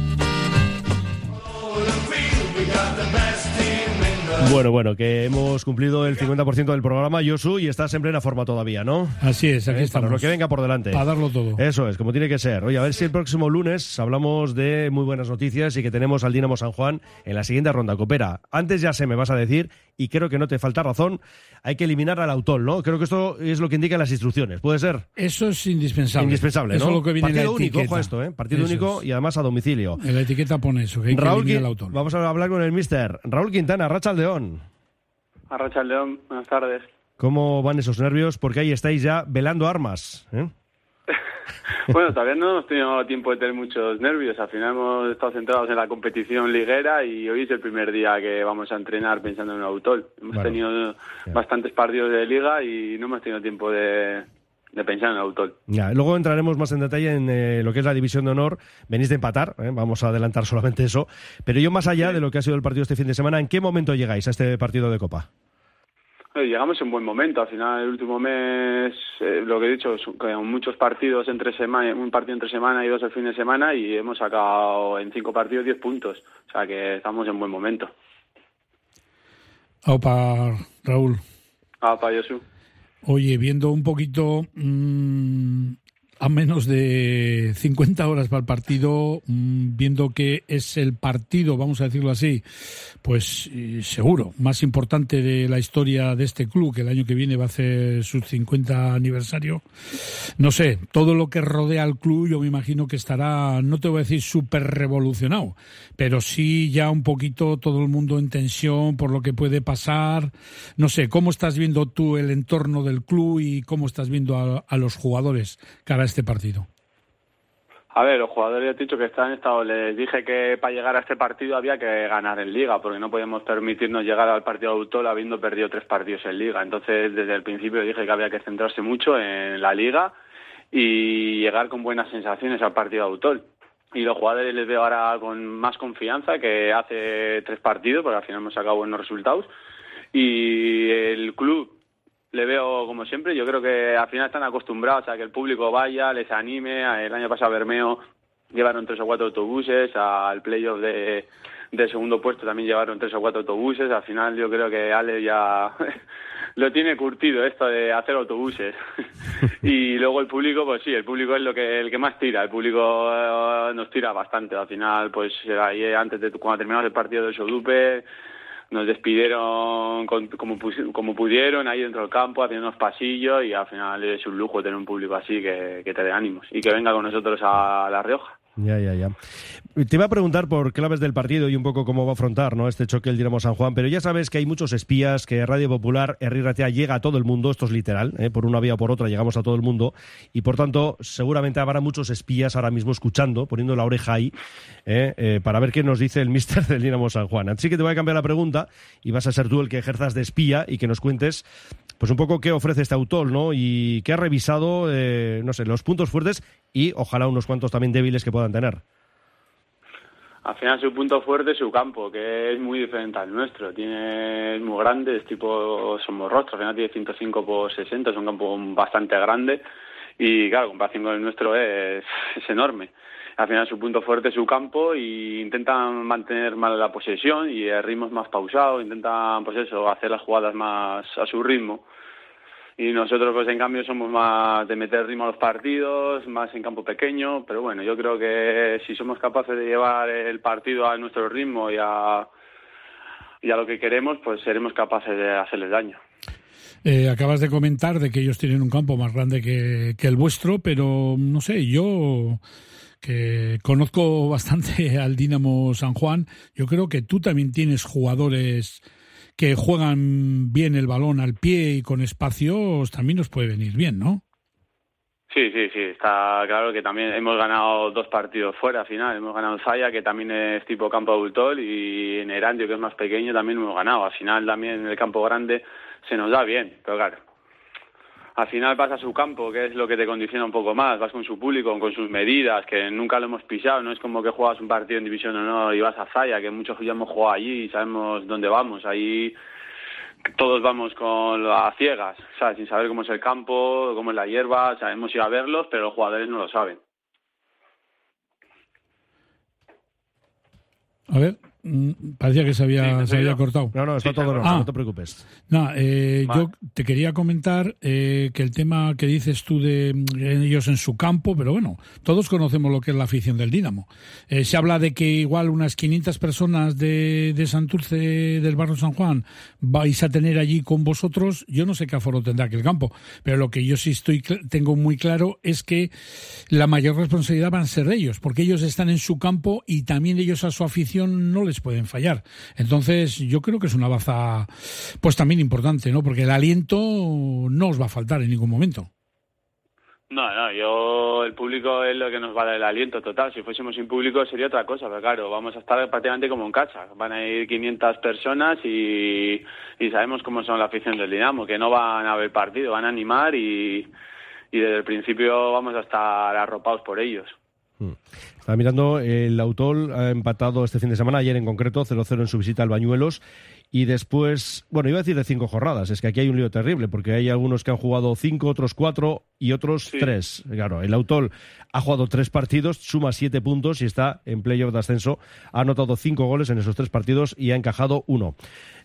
C: Bueno, bueno, que hemos cumplido el cincuenta por ciento del programa, Josu, y estás en plena forma todavía, ¿no?
D: Así es, aquí
C: ¿Eh?
D: estamos.
C: Para lo que venga por delante.
D: A darlo todo.
C: Eso es, como tiene que ser. Oye, a ver si el próximo lunes hablamos de muy buenas noticias y que tenemos al Dinamo San Juan en la siguiente ronda copera. Antes ya sé, me vas a decir, y creo que no te falta razón, hay que eliminar al Autol, ¿no? Creo que esto es lo que indican las instrucciones, ¿puede ser?
D: Eso es indispensable.
C: Indispensable, ¿no?
D: Eso es lo que viene
C: Partido
D: en la
C: único,
D: etiqueta.
C: ojo a esto, ¿eh? Partido
D: Eso
C: único
D: es.
C: y además a domicilio.
D: En la etiqueta pone eso, que hay que
C: Raúl,
D: eliminar
C: Qui-
D: el Autol.
C: vamos a hablar con el míster. Raúl Quintana, Rachaldeón.
P: Arrachaldeón, buenas tardes.
C: ¿Cómo van esos nervios? Porque ahí estáis ya velando armas, ¿eh?
P: Bueno, todavía no hemos tenido tiempo de tener muchos nervios. Al final hemos estado centrados en la competición liguera y hoy es el primer día que vamos a entrenar pensando en un Autol. Hemos
C: Bueno,
P: tenido
C: ya.
P: bastantes partidos de liga y no hemos tenido tiempo de, de pensar en el Autol.
C: Ya, luego entraremos más en detalle en eh, lo que es la división de honor. Venís de empatar, ¿eh? Vamos a adelantar solamente eso. Pero yo, más allá de lo que ha sido el partido este fin de semana, ¿en qué momento llegáis a este partido de Copa?
P: Eh, Llegamos en buen momento. Al final, el último mes, eh, lo que he dicho, son- con muchos partidos entre semana, un partido entre semana y dos el fin de semana, y hemos sacado en cinco partidos diez puntos. O sea que estamos en buen momento.
D: Opa, Raúl.
P: Ah, para Josu.
D: Oye, viendo un poquito, mmm, a menos de cincuenta horas para el partido, viendo que es el partido, vamos a decirlo así, pues seguro, más importante de la historia de este club, que el año que viene va a hacer su cincuenta aniversario. No sé, todo lo que rodea al club yo me imagino que estará, no te voy a decir súper revolucionado, pero sí ya un poquito todo el mundo en tensión por lo que puede pasar. No sé, ¿cómo estás viendo tú el entorno del club y cómo estás viendo a, a los jugadores cara a este partido?
P: A ver, los jugadores ya te he dicho que están en estado. Les dije que para llegar a este partido había que ganar en Liga, porque no podíamos permitirnos llegar al partido de Autol habiendo perdido tres partidos en Liga. Entonces, desde el principio dije que había que centrarse mucho en la Liga y llegar con buenas sensaciones al partido de Autol. Y los jugadores les veo ahora con más confianza que hace tres partidos, porque al final hemos sacado buenos resultados. Y el club le veo como siempre, yo creo que al final están acostumbrados a que el público vaya, les anime. El año pasado a Bermeo llevaron tres o cuatro autobuses, al playoff de, de segundo puesto también llevaron tres o cuatro autobuses. Al final yo creo que Ale ya lo tiene curtido esto de hacer autobuses. Y luego el público, pues sí, el público es lo que el que más tira, el público eh, nos tira bastante. Al final, pues ahí antes de cuando terminamos el partido del Sodupe, nos despidieron con, como, como pudieron ahí dentro del campo, haciendo unos pasillos, y al final es un lujo tener un público así que, que te dé ánimos y que venga con nosotros a La Rioja.
C: Ya, ya, ya. Te iba a preguntar por claves del partido y un poco cómo va a afrontar, ¿no?, este choque el Dinamo San Juan, pero ya sabes que hay muchos espías, que Radio Popular, Herri Ratia, llega a todo el mundo, esto es literal, ¿eh? Por una vía o por otra llegamos a todo el mundo, y por tanto seguramente habrá muchos espías ahora mismo escuchando, poniendo la oreja ahí, ¿eh? Eh, para ver qué nos dice el míster del Dinamo San Juan. Así que te voy a cambiar la pregunta y vas a ser tú el que ejerzas de espía y que nos cuentes pues un poco qué ofrece este Autol, ¿no?, y qué ha revisado, eh, no sé, los puntos fuertes y ojalá unos cuantos también débiles que puedan tener.
P: Al final su punto fuerte es su campo, que es muy diferente al nuestro. Tiene, es muy grande, es tipo Somorrostro, al final tiene ciento cinco por sesenta, es un campo bastante grande y claro, comparación con el nuestro es, es enorme. Al final su punto fuerte es su campo y intentan mantener más la posesión y el ritmo es más pausado, intentan pues eso, hacer las jugadas más a su ritmo. Y nosotros, pues en cambio, somos más de meter ritmo a los partidos, más en campo pequeño. Pero bueno, yo creo que si somos capaces de llevar el partido a nuestro ritmo y a, y a lo que queremos, pues seremos capaces de hacerles daño.
D: Eh, acabas de comentar de que ellos tienen un campo más grande que, que el vuestro, pero no sé, yo que conozco bastante al Dinamo San Juan, yo creo que tú también tienes jugadores que juegan bien el balón al pie y con espacios, también nos puede venir bien, ¿no?
P: Sí, sí, sí, está claro que también hemos ganado dos partidos fuera al final. Hemos ganado en Zaya, que también es tipo campo adultol, y en Erandio, que es más pequeño, también hemos ganado. Al final también en el campo grande se nos da bien, pero claro, al final vas a su campo, que es lo que te condiciona un poco más, vas con su público, con sus medidas, que nunca lo hemos pisado, no es como que juegas un partido en División de Honor y vas a Zaya, que muchos ya hemos jugado allí y sabemos dónde vamos, ahí todos vamos con a ciegas, ¿sabes? Sin saber cómo es el campo, cómo es la hierba, o sea, hemos ido a verlos, pero los jugadores no lo saben.
D: A ver, parecía que se había, sí, se había cortado.
C: No, no, está sí, todo normal, ah, no te preocupes.
D: No, eh, vale. Yo te quería comentar eh, que el tema que dices tú de ellos en su campo, pero bueno, todos conocemos lo que es la afición del Dinamo. Eh, se habla de que igual unas quinientas personas de, de Santurce, del barrio San Juan, vais a tener allí con vosotros. Yo no sé qué aforo tendrá aquel campo, pero lo que yo sí estoy tengo muy claro es que la mayor responsabilidad van a ser de ellos, porque ellos están en su campo y también ellos a su afición no les pueden fallar. Entonces yo creo que es una baza pues también importante, ¿no? Porque el aliento no os va a faltar en ningún momento.
P: No, no, yo, el público es lo que nos va a dar el aliento total. Si fuésemos sin público sería otra cosa, pero claro, vamos a estar prácticamente como en casa. Van a ir quinientas personas y, y sabemos cómo son la afición del Dinamo, que no van a ver partido, van a animar y, y desde el principio vamos a estar arropados por ellos.
C: Estaba mirando, el Autol ha empatado este fin de semana, ayer en concreto, cero cero en su visita al Bañuelos, y después, bueno, iba a decir de cinco jornadas, es que aquí hay un lío terrible, porque hay algunos que han jugado cinco, otros cuatro y otros sí. tres. Claro, el Autol ha jugado tres partidos, suma siete puntos y está en playoff de ascenso, ha anotado cinco goles en esos tres partidos y ha encajado uno.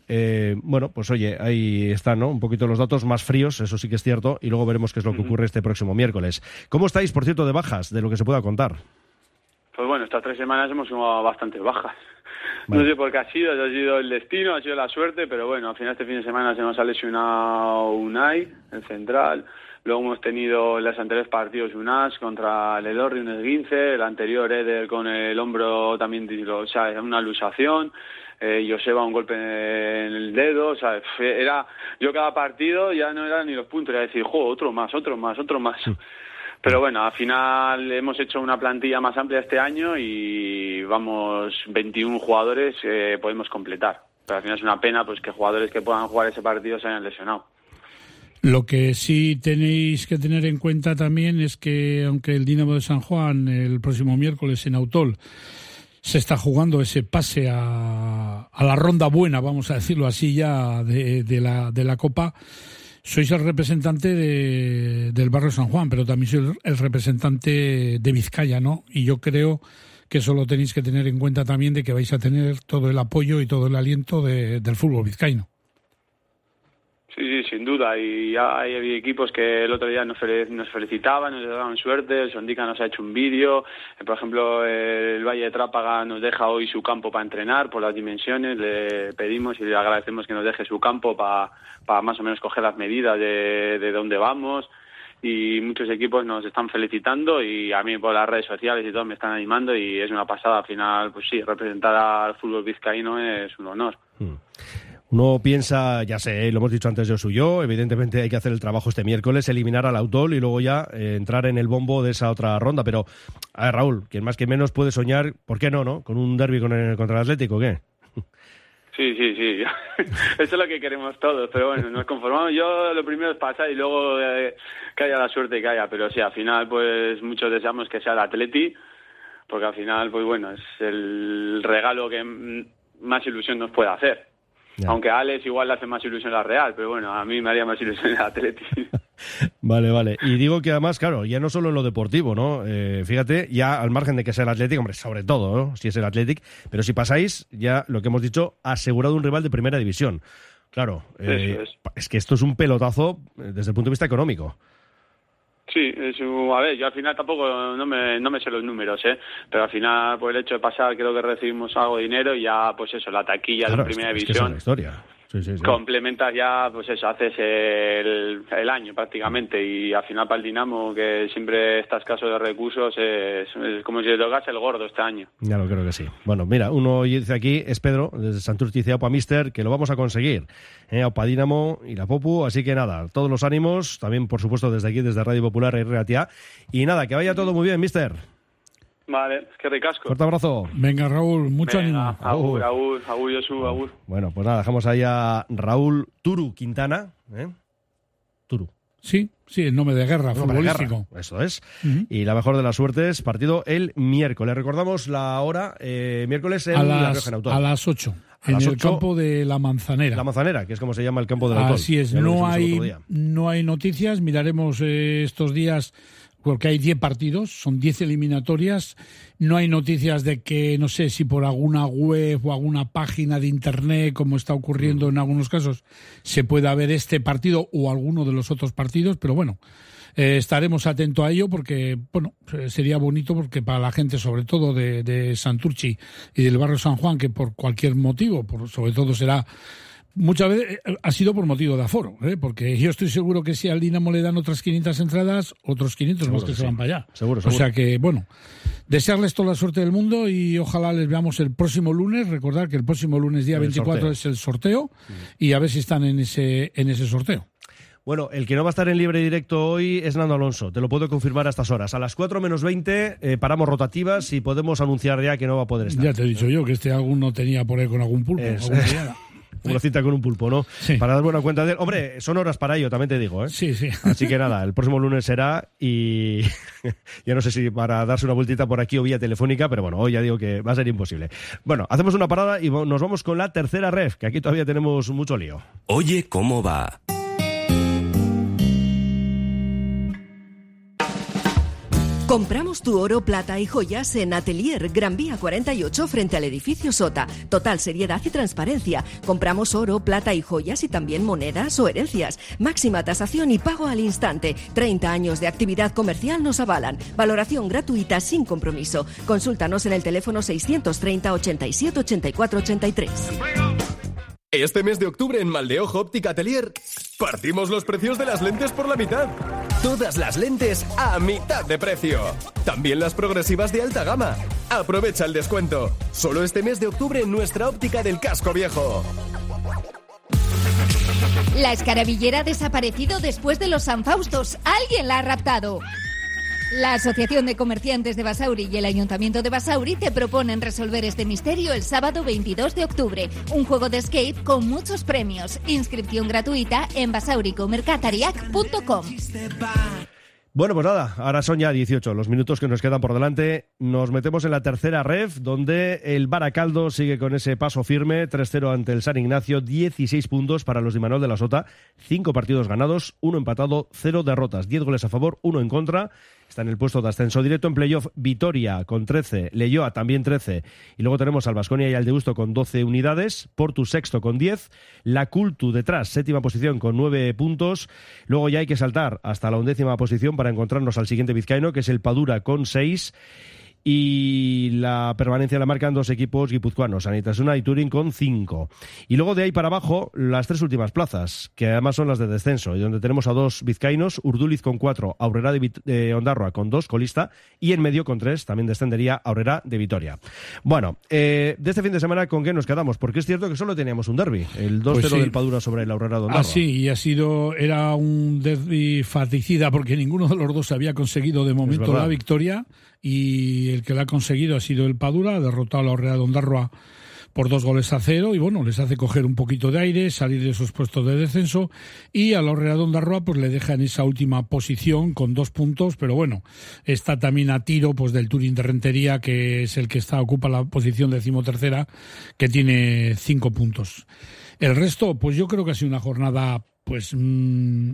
C: Eh, bueno, pues oye, ahí están, ¿no? Un poquito los datos más fríos, eso sí que es cierto, y luego veremos qué es lo que ocurre este próximo miércoles. ¿Cómo estáis, por cierto, de bajas, de lo que se pueda contar?
P: Pues bueno, estas tres semanas hemos sumado bastantes bajas. Vale. No sé por qué ha sido, ha sido el destino, ha sido la suerte, pero bueno, al final este fin de semana se nos ha lesionado Unai, el central. Luego hemos tenido en los anteriores partidos Unas contra el Elorri, un esguince, el anterior Eder con el hombro también, o sea, una luxación. Eh, Joseba un golpe en el dedo, o sea, era, yo cada partido ya no era ni los puntos, era decir, jo, otro más, otro más, otro más. Sí. Pero bueno, al final hemos hecho una plantilla más amplia este año y vamos, veintiún jugadores eh, podemos completar. Pero al final es una pena pues que jugadores que puedan jugar ese partido se hayan lesionado.
D: Lo que sí tenéis que tener en cuenta también es que aunque el Dinamo de San Juan el próximo miércoles en Autol se está jugando ese pase a, a la ronda buena, vamos a decirlo así ya, de, de, la, de la Copa, sois el representante de, del barrio San Juan, pero también sois el representante de Vizcaya, ¿no? Y yo creo que eso lo tenéis que tener en cuenta también, de que vais a tener todo el apoyo y todo el aliento de, del fútbol vizcaíno.
P: Sí, sí, sin duda. Y ya hay equipos que el otro día nos, fel- nos felicitaban, nos daban suerte. El Sondica nos ha hecho un vídeo. Por ejemplo, el Valle de Trápaga nos deja hoy su campo para entrenar por las dimensiones. Le pedimos y le agradecemos que nos deje su campo para pa más o menos coger las medidas de, de dónde vamos. Y muchos equipos nos están felicitando y a mí por las redes sociales y todo me están animando y es una pasada. Al final, pues sí, representar al fútbol vizcaíno es un honor.
C: Hmm. Uno piensa, ya sé, lo hemos dicho antes yo soy yo, evidentemente hay que hacer el trabajo este miércoles, eliminar al Autol y luego ya eh, entrar en el bombo de esa otra ronda, pero a ver, Raúl, quien más que menos puede soñar, ¿por qué no, no? Con un derbi con el, contra el Atlético, ¿qué?
P: Sí, sí, sí, eso es lo que queremos todos, pero bueno, nos conformamos. Yo lo primero es pasar y luego eh, que haya la suerte que haya, pero sí, al final pues muchos deseamos que sea el Atleti, porque al final pues bueno, es el regalo que más ilusión nos puede hacer. Ya. Aunque a Alex igual le hace más ilusión la Real, pero bueno, a mí me haría más ilusión el Atleti.
C: Vale, vale. Y digo que además, claro, ya no solo en lo deportivo, ¿no? Eh, fíjate, ya al margen de que sea el Athletic, hombre, sobre todo, ¿no? Si es el Athletic, pero si pasáis, ya lo que hemos dicho, asegurado un rival de primera división. Claro, eh, es. es que esto es un pelotazo desde el punto de vista económico.
P: Sí, es, a ver, yo al final tampoco no me, no me sé los números, ¿eh? Pero al final, por el hecho de pasar, creo que recibimos algo de dinero y ya, pues eso, la taquilla
C: claro,
P: de primera
C: es que,
P: división.
C: Es que esa es la historia. Sí, sí, sí.
P: Complementas ya, pues eso, haces el, el año prácticamente y al final para el Dinamo, que siempre está escaso de recursos, es, es como si le tocase el gordo este año.
C: Ya lo creo que sí. Bueno, mira, uno dice aquí, es Pedro, desde Santurce, dice Aupa Mister, que lo vamos a conseguir. ¿eh? Aupa Dinamo y la Popu, así que nada, todos los ánimos, también por supuesto desde aquí, desde Radio Popular y R A T A. Y nada, que vaya todo muy bien, Mister.
P: Vale, es que ricasco.
C: Fuerte abrazo.
D: Venga, Raúl, mucho
P: Venga,
D: ánimo.
P: Agur, agur, agur, Josu, agur.
C: Bueno, pues nada, dejamos ahí a Raúl Turu Quintana. ¿eh? Turu.
D: Sí, sí, el nombre de guerra,
C: el nombre
D: futbolístico.
C: De guerra, eso es. Uh-huh. Y la mejor de las suertes, partido el miércoles. Recordamos la hora, eh, miércoles en
D: a
C: La
D: las,
C: Rioja, en Autol.
D: A las ocho.
C: A
D: en
C: las
D: el
C: ocho,
D: campo de La Manzanera.
C: La Manzanera, que es como se llama el campo del Autol.
D: Así es, no hay, no hay noticias. Miraremos eh, estos días, porque hay diez partidos, son diez eliminatorias. No hay noticias de que, no sé, si por alguna web o alguna página de internet, como está ocurriendo mm. en algunos casos, se pueda ver este partido o alguno de los otros partidos, pero bueno, eh, estaremos atentos a ello porque, bueno, sería bonito porque para la gente, sobre todo de, de Santurchi y del barrio San Juan, que por cualquier motivo, por, sobre todo será... Muchas veces ha sido por motivo de aforo, ¿eh? Porque yo estoy seguro que si al Dinamo le dan otras quinientas entradas, otros quinientos seguro más que, que se sí. van para allá.
C: Seguro, seguro.
D: O sea que, bueno, desearles toda la suerte del mundo y ojalá les veamos el próximo lunes. Recordar que el próximo lunes, día el veinticuatro, sorteo. Es el sorteo sí. y a ver si están en ese, en ese sorteo.
C: Bueno, el que no va a estar en libre directo hoy es Nando Alonso, te lo puedo confirmar a estas horas. A las cuatro menos veinte eh, paramos rotativas y podemos anunciar ya que no va a poder estar.
D: Ya te he dicho yo que este alguno tenía por ahí con algún pulpo.
C: Es...
D: Alguna
C: Una cita con un pulpo, ¿no?
D: Sí.
C: Para dar buena cuenta de él. Hombre, son horas para ello, también te digo, ¿eh?
D: Sí, sí.
C: Así que nada, el próximo lunes será y ya no sé si para darse una vueltita por aquí o vía telefónica, pero bueno, hoy ya digo que va a ser imposible. Bueno, hacemos una parada y nos vamos con la tercera ref, que aquí todavía tenemos mucho lío.
A: Oye, ¿cómo va?
Q: Compramos tu oro, plata y joyas en Atelier Gran Vía cuarenta y ocho frente al edificio Sota. Total seriedad y transparencia. Compramos oro, plata y joyas y también monedas o herencias. Máxima tasación y pago al instante. treinta años de actividad comercial nos avalan. Valoración gratuita sin compromiso. Consúltanos en el teléfono seiscientos treinta, ochenta y siete, ochenta y cuatro, ochenta y tres.
R: Este mes de octubre en Maldeojo Óptica Atelier partimos los precios de las lentes por la mitad. Todas las lentes a mitad de precio. También las progresivas de alta gama. Aprovecha el descuento. Solo este mes de octubre en nuestra óptica del Casco Viejo.
G: La escarabillera ha desaparecido después de los San Faustos. ¡Alguien la ha raptado! La Asociación de Comerciantes de Basauri y el Ayuntamiento de Basauri te proponen resolver este misterio el sábado veintidós de octubre. Un juego de escape con muchos premios. Inscripción gratuita en basauricomercatariac punto com.
C: Bueno, pues nada, ahora son ya dieciocho los minutos que nos quedan por delante. Nos metemos en la tercera ref, donde el Baracaldo sigue con ese paso firme, tres cero ante el San Ignacio, dieciséis puntos para los de Imanol de la Sota, cinco partidos ganados, uno empatado, cero derrotas, diez goles a favor, uno en contra. Está en el puesto de ascenso directo en playoff Vitoria con trece, Leioa también trece, y luego tenemos al Baskonia y al Deusto con doce unidades, Portu sexto con diez, la Cultu detrás, séptima posición con nueve puntos, luego ya hay que saltar hasta la undécima posición para encontrarnos al siguiente vizcaíno, que es el Padura con seis, y la permanencia la marcan dos equipos guipuzcoanos, Anitasuna y Turín con cinco. Y luego de ahí para abajo, las tres últimas plazas, que además son las de descenso, y donde tenemos a dos vizcaínos, Urduliz con cuatro, Aurrera de, Vit- de Ondarroa con dos, colista, y en medio con tres, también descendería Aurrera de Vitoria. Bueno, eh, de este fin de semana, ¿con qué nos quedamos? Porque es cierto que solo teníamos un derbi, el dos cero pues sí. del Padura sobre el Aurrera de Ondarroa.
D: Ah, sí, y ha sido, era un derbi faticida, porque ninguno de los dos había conseguido de momento la victoria, y el que la ha conseguido ha sido el Padura, ha derrotado a la Aurrera de Ondarroa por dos goles a cero, y bueno, les hace coger un poquito de aire, salir de esos puestos de descenso, y a la Aurrera de Ondarroa pues le deja en esa última posición con dos puntos, pero bueno, está también a tiro pues del Turín de Rentería, que es el que está ocupa la posición decimotercera, que tiene cinco puntos. El resto, pues yo creo que ha sido una jornada pues mmm,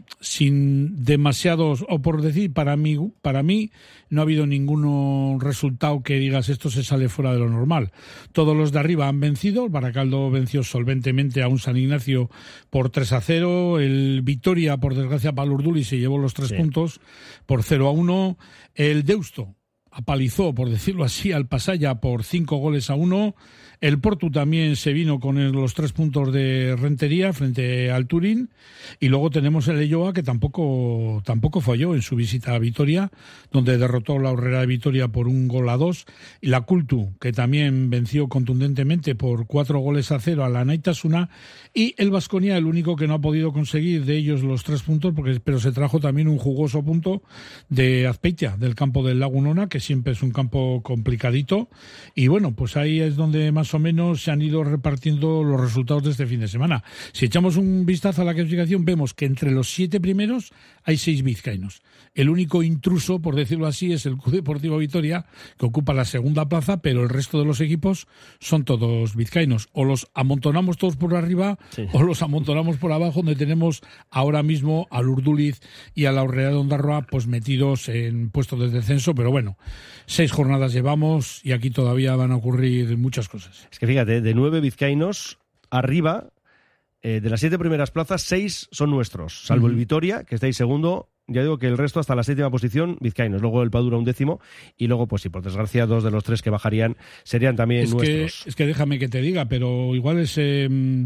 D: sin demasiados, o por decir, para mí, para mí no ha habido ningún resultado que digas esto se sale fuera de lo normal. Todos los de arriba han vencido, el Baracaldo venció solventemente a un San Ignacio por tres a cero, el Vitoria, por desgracia para el Urduliz, se llevó los tres sí. puntos por cero a uno, el Deusto apalizó, por decirlo así, al Pasaya por cinco goles a uno. El Portu también se vino con el, los tres puntos de Rentería frente al Turín. Y luego tenemos el Leioa, que tampoco, tampoco falló en su visita a Vitoria, donde derrotó la Aurrera de Vitoria por un gol a dos. Y la Cultu, que también venció contundentemente por cuatro goles a cero a la Naitasuna. Y el Baskonia, el único que no ha podido conseguir de ellos los tres puntos, porque pero se trajo también un jugoso punto de Azpeitia, del campo del Lagunona, que siempre es un campo complicadito. Y bueno, pues ahí es donde más o menos se han ido repartiendo los resultados de este fin de semana. Si echamos un vistazo a la clasificación, vemos que entre los siete primeros hay seis vizcaínos. El único intruso, por decirlo así, es el Club Deportivo Vitoria, que ocupa la segunda plaza, pero el resto de los equipos son todos vizcaínos. O los amontonamos todos por arriba, sí. o los amontonamos por abajo, donde tenemos ahora mismo al Urduliz y a la Aurrera de Ondarroa pues metidos en puestos de descenso, pero bueno, seis jornadas llevamos y aquí todavía van a ocurrir muchas cosas.
C: Es que fíjate, de nueve vizcaínos arriba, eh, de las siete primeras plazas, seis son nuestros, salvo uh-huh. el Vitoria, que está ahí segundo. Ya digo que el resto hasta la séptima posición, vizcaínos. Luego el Padura un décimo y luego, pues sí, por desgracia, dos de los tres que bajarían serían también
D: es
C: nuestros.
D: Que, es que déjame que te diga, pero igual es eh,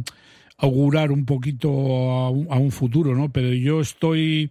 D: augurar un poquito a un, a un futuro, ¿no? Pero yo estoy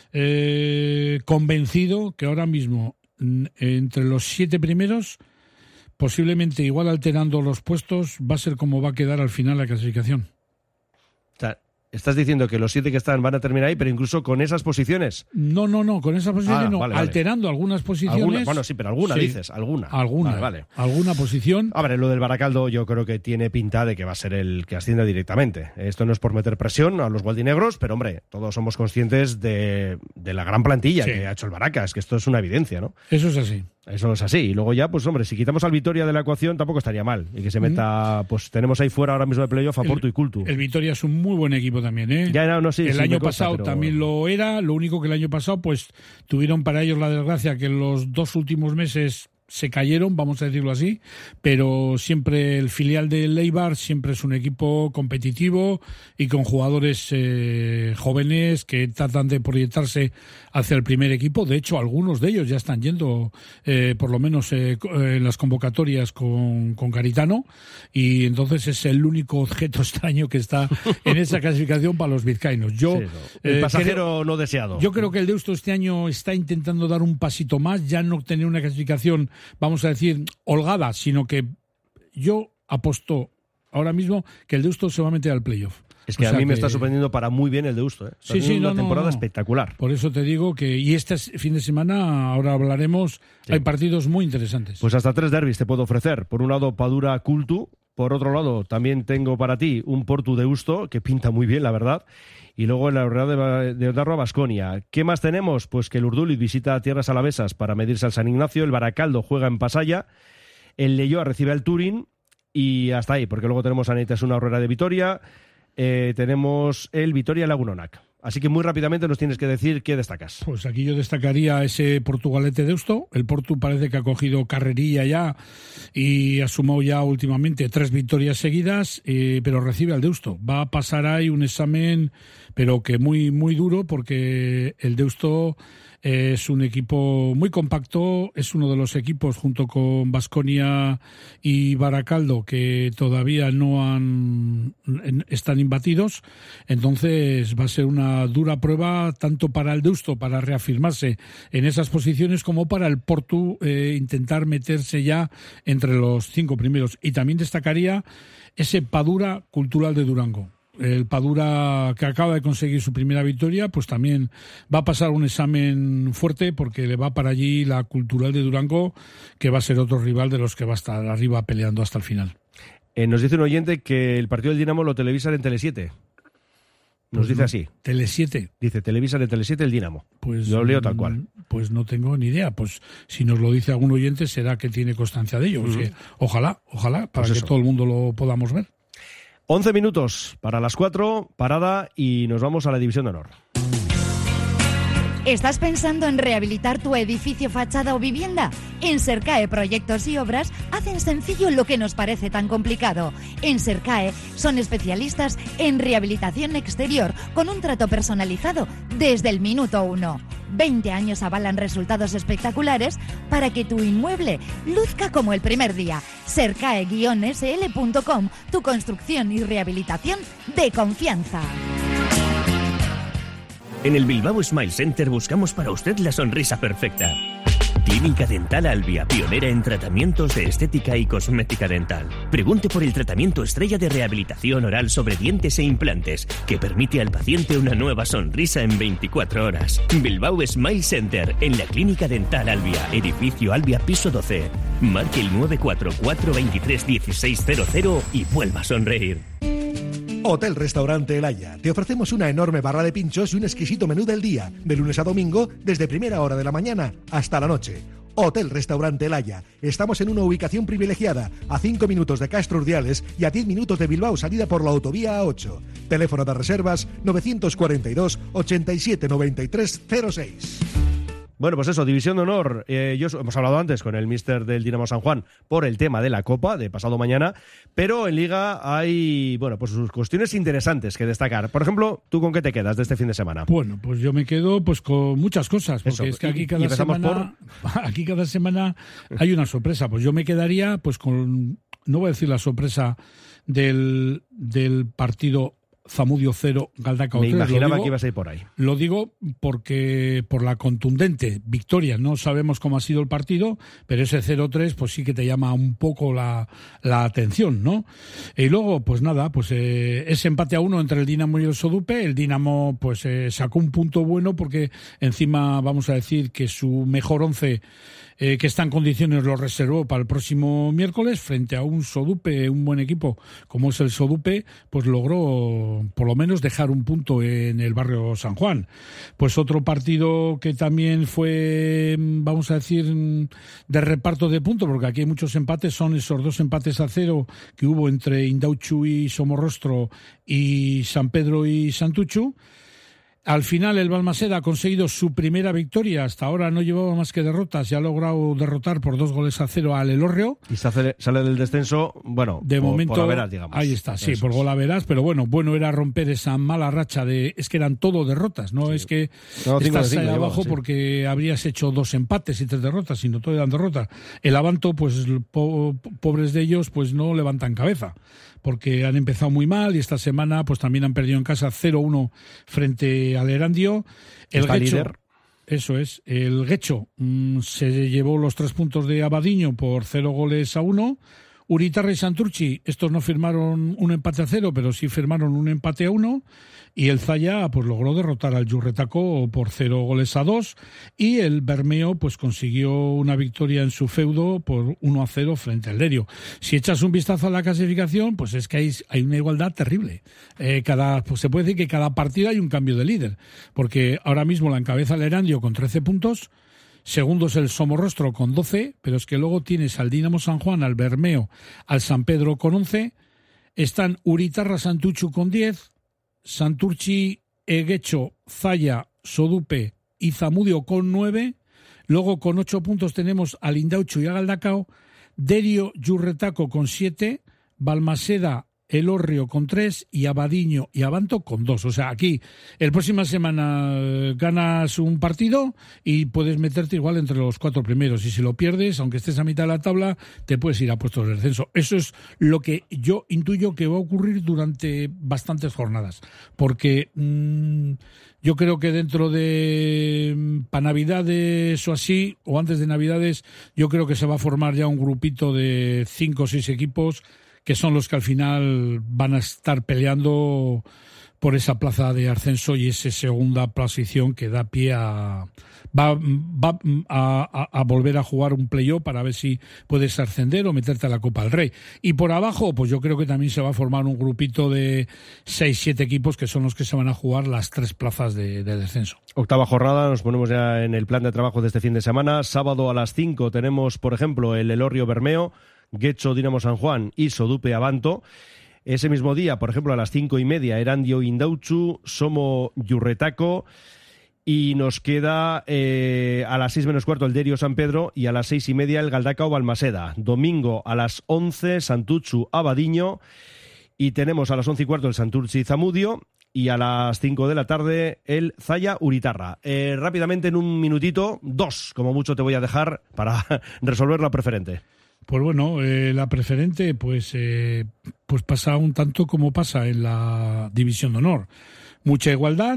D: eh, convencido que ahora mismo entre los siete primeros, posiblemente igual alterando los puestos, va a ser como va a quedar al final la clasificación.
C: O sea, estás diciendo que los siete que están van a terminar ahí, pero incluso con esas posiciones.
D: No, no, no, con esas posiciones
C: ah,
D: no,
C: vale,
D: alterando
C: vale.
D: algunas posiciones.
C: ¿Alguna? Bueno, sí, pero alguna
D: sí.
C: dices, alguna.
D: Alguna,
C: vale, vale.
D: alguna posición.
C: A ver, lo del Baracaldo yo creo que tiene pinta de que va a ser el que ascienda directamente. Esto no es por meter presión a los gualdinegros, pero hombre, todos somos conscientes de, de la gran plantilla sí. que ha hecho el Baracas, que esto es una evidencia, ¿no?
D: Eso es así.
C: Eso es así. Y luego ya, pues hombre, si quitamos al Vitoria de la ecuación, tampoco estaría mal. Y que se meta, pues tenemos ahí fuera ahora mismo de playoff a Porto y Cultu.
D: El Vitoria es un muy buen equipo también, ¿eh?
C: Ya, no, no, sí,
D: el
C: sí,
D: año
C: me consta,
D: pasado
C: pero...
D: también lo era, lo único que el año pasado, pues tuvieron para ellos la desgracia que en los dos últimos meses se cayeron, vamos a decirlo así, pero siempre el filial del Eibar siempre es un equipo competitivo y con jugadores eh, jóvenes que tratan de proyectarse hacia el primer equipo. De hecho, algunos de ellos ya están yendo, eh, por lo menos eh, en las convocatorias con, con Garitano, y entonces es el único objeto extraño que está en esa clasificación para los vizcaínos. Yo,
C: sí, no. El
D: eh,
C: pasajero
D: creo,
C: no deseado.
D: Yo creo que el Deusto este año está intentando dar un pasito más, ya no tener una clasificación, vamos a decir, holgada, sino que yo aposto ahora mismo que el Deusto se va a meter al playoff.
C: Es que
D: o
C: a
D: sea
C: mí me
D: que...
C: está sorprendiendo para muy bien el Deusto, ¿eh? Está
D: Sí, sí,
C: una
D: no,
C: temporada
D: no, no.
C: espectacular.
D: Por eso te digo que, y este fin de semana, ahora hablaremos, sí. Hay partidos muy interesantes.
C: Pues hasta tres derbis te puedo ofrecer. Por un lado, Padura Cultu. Por otro lado, también tengo para ti un Portu Deusto, que pinta muy bien, la verdad. Y luego en la Real de Ondarroa, Baskonia. ¿Qué más tenemos? Pues que el Urduliz visita tierras alavesas para medirse al San Ignacio. El Baracaldo juega en Pasaya. El Leioa recibe al Turín. Y hasta ahí, porque luego tenemos a Neitasuna Aurrera de Vitoria. Eh, tenemos el Vitoria Lagunonac. Así que muy rápidamente nos tienes que decir qué destacas.
D: Pues aquí yo destacaría ese Portugalete Deusto. El Portu parece que ha cogido carrerilla ya y ha sumado ya últimamente tres victorias seguidas, eh, pero recibe al Deusto. Va a pasar ahí un examen, pero que muy, muy duro, porque el Deusto es un equipo muy compacto, es uno de los equipos junto con Baskonia y Baracaldo que todavía no han están imbatidos, entonces va a ser una dura prueba tanto para el Deusto para reafirmarse en esas posiciones como para el Portu eh, intentar meterse ya entre los cinco primeros. Y también destacaría ese Padura Cultural de Durango. El Padura, que acaba de conseguir su primera victoria, pues también va a pasar un examen fuerte porque le va para allí la Cultural de Durango, que va a ser otro rival de los que va a estar arriba peleando hasta el final.
C: Eh, nos dice un oyente que el partido del Dinamo lo televisan en Telesiete. Nos
D: Pues
C: dice
D: no,
C: así.
D: Telesiete.
C: Dice, televisan en Telesiete el Dinamo.
D: Pues
C: yo lo leo tal cual.
D: Pues no tengo ni idea. Pues si nos lo dice algún oyente será que tiene constancia de ello. Uh-huh. O sea, ojalá, ojalá, para
C: pues
D: que
C: eso.
D: todo el mundo lo podamos ver.
C: once minutos para las cuatro, parada, y nos vamos a la División de Honor.
F: ¿Estás pensando en rehabilitar tu edificio, fachada o vivienda? En Sercae Proyectos y Obras hacen sencillo lo que nos parece tan complicado. En Sercae son especialistas en rehabilitación exterior con un trato personalizado desde el minuto uno. veinte años avalan resultados espectaculares para que tu inmueble luzca como el primer día. Sercae guion ese ele punto com, tu construcción y rehabilitación de confianza.
N: En el Bilbao Smile Center buscamos para usted la sonrisa perfecta. Clínica Dental Albia, pionera en tratamientos de estética y cosmética dental. Pregunte por el tratamiento estrella de rehabilitación oral sobre dientes e implantes, que permite al paciente una nueva sonrisa en veinticuatro horas. Bilbao Smile Center, en la Clínica Dental Albia, edificio Albia, piso doce. Marque el nueve cuatro cuatro, veintitrés, dieciséis cero cero y vuelva a sonreír.
S: Hotel Restaurante El Haya. Te ofrecemos una enorme barra de pinchos y un exquisito menú del día, de lunes a domingo, desde primera hora de la mañana hasta la noche. Hotel Restaurante El Haya. Estamos en una ubicación privilegiada, a cinco minutos de Castro Urdiales y a diez minutos de Bilbao, salida por la autovía A ocho. Teléfono de reservas novecientos cuarenta y dos, ochenta y siete, noventa y tres, cero seis.
C: Bueno, pues eso, División de Honor. Eh, yo hemos hablado antes con el míster del Dinamo San Juan por el tema de la Copa de pasado mañana, pero en Liga hay, bueno, pues sus cuestiones interesantes que destacar. Por ejemplo, ¿tú con qué te quedas de este fin de semana?
D: Bueno, pues yo me quedo pues con muchas cosas, porque eso, es que aquí cada semana por... aquí cada semana hay una sorpresa. Pues yo me quedaría pues con, no voy a decir la sorpresa del, del partido Zamudio cero, Galdacao tres.
C: Me imaginaba
D: digo,
C: que ibas a ir por ahí.
D: Lo digo porque por la contundente victoria, no sabemos cómo ha sido el partido, pero ese cero tres pues sí que te llama un poco la, la atención, ¿no? Y luego, pues nada, pues eh, ese empate a uno entre el Dinamo y el Sodupe. El Dinamo pues eh, sacó un punto bueno porque encima vamos a decir que su mejor once Eh, que está en condiciones lo reservó para el próximo miércoles frente a un Sodupe, un buen equipo como es el Sodupe, pues logró por lo menos dejar un punto en el barrio San Juan. Pues otro partido que también fue, vamos a decir, de reparto de puntos, porque aquí hay muchos empates, son esos dos empates a cero que hubo entre Indautxu y Somorrostro y San Pedro y Santuchu. Al final el Balmaseda ha conseguido su primera victoria, hasta ahora no llevaba más que derrotas y ha logrado derrotar por dos goles a cero al Elorrio.
C: Y sale, sale del descenso, bueno,
D: de
C: por,
D: momento,
C: por averas, digamos.
D: Ahí está, sí,
C: Eso
D: por
C: es.
D: gol a veras, pero bueno, bueno era romper esa mala racha de, es que eran todo derrotas, no sí. es que
C: no,
D: estás ahí
C: llevaba,
D: abajo
C: sí.
D: porque habrías hecho dos empates y tres derrotas, sino todo eran derrotas. El Abanto, pues po, pobres de ellos, pues no levantan cabeza, porque han empezado muy mal y esta semana pues también han perdido en casa cero uno frente al Erandio. El
C: Está
D: Guecho,
C: líder.
D: Eso es, el Guecho mmm, se llevó los tres puntos de Abadiño por cero goles a uno. Uritarra y Santurchi, estos no firmaron un empate a cero, pero sí firmaron un empate a uno. Y el Zaya pues logró derrotar al Yurretaco por cero goles a dos. Y el Bermeo pues consiguió una victoria en su feudo por uno a cero frente al Lerio. Si echas un vistazo a la clasificación, pues es que hay, hay una igualdad terrible. Eh, cada, pues se puede decir que cada partido hay un cambio de líder. Porque ahora mismo la encabeza el Erandio con trece puntos. Segundo es el Somorrostro con doce, pero es que luego tienes al Dinamo San Juan, al Bermeo, al San Pedro con once. Están Uritarra, Santuchu con diez. Santurchi, Eguecho, Zaya, Sodupe y Zamudio con nueve. Luego con ocho puntos tenemos al Indautxu y a Galdacao. Derio, Yurretaco con siete. Balmaseda, Elorrio con tres y Abadiño y Abanto con dos. O sea, aquí el próxima semana ganas un partido y puedes meterte igual entre los cuatro primeros. Y si lo pierdes, aunque estés a mitad de la tabla, te puedes ir a puestos de descenso. Eso es lo que yo intuyo que va a ocurrir durante bastantes jornadas. Porque mmm, yo creo que dentro de para Navidades o así, o antes de Navidades, yo creo que se va a formar ya un grupito de cinco o seis equipos que son los que al final van a estar peleando por esa plaza de ascenso y esa segunda posición que da pie a va, va a, a, a volver a jugar un playoff para ver si puedes ascender o meterte a la Copa del Rey. Y por abajo, pues yo creo que también se va a formar un grupito de seis, siete equipos que son los que se van a jugar las tres plazas de, de descenso.
C: Octava jornada, nos ponemos ya en el plan de trabajo de este fin de semana. Sábado a las cinco tenemos, por ejemplo, el Elorrio Bermeo, Guecho Dinamo San Juan y Sodupe Abanto. Ese mismo día, por ejemplo, a las cinco y media, Erandio Indautxu, Somo Yurretaco, y nos queda eh, a las seis menos cuarto el Derio San Pedro y a las seis y media el Galdacao Balmaseda. Domingo a las once Santuchu Abadiño y tenemos a las once y cuarto el Santurchi Zamudio y a las cinco de la tarde el Zaya Uritarra. Eh, rápidamente, en un minutito, dos, como mucho te voy a dejar para resolver la preferente.
D: Pues bueno, eh, la preferente pues, eh, pues pasa un tanto como pasa en la División de Honor. Mucha igualdad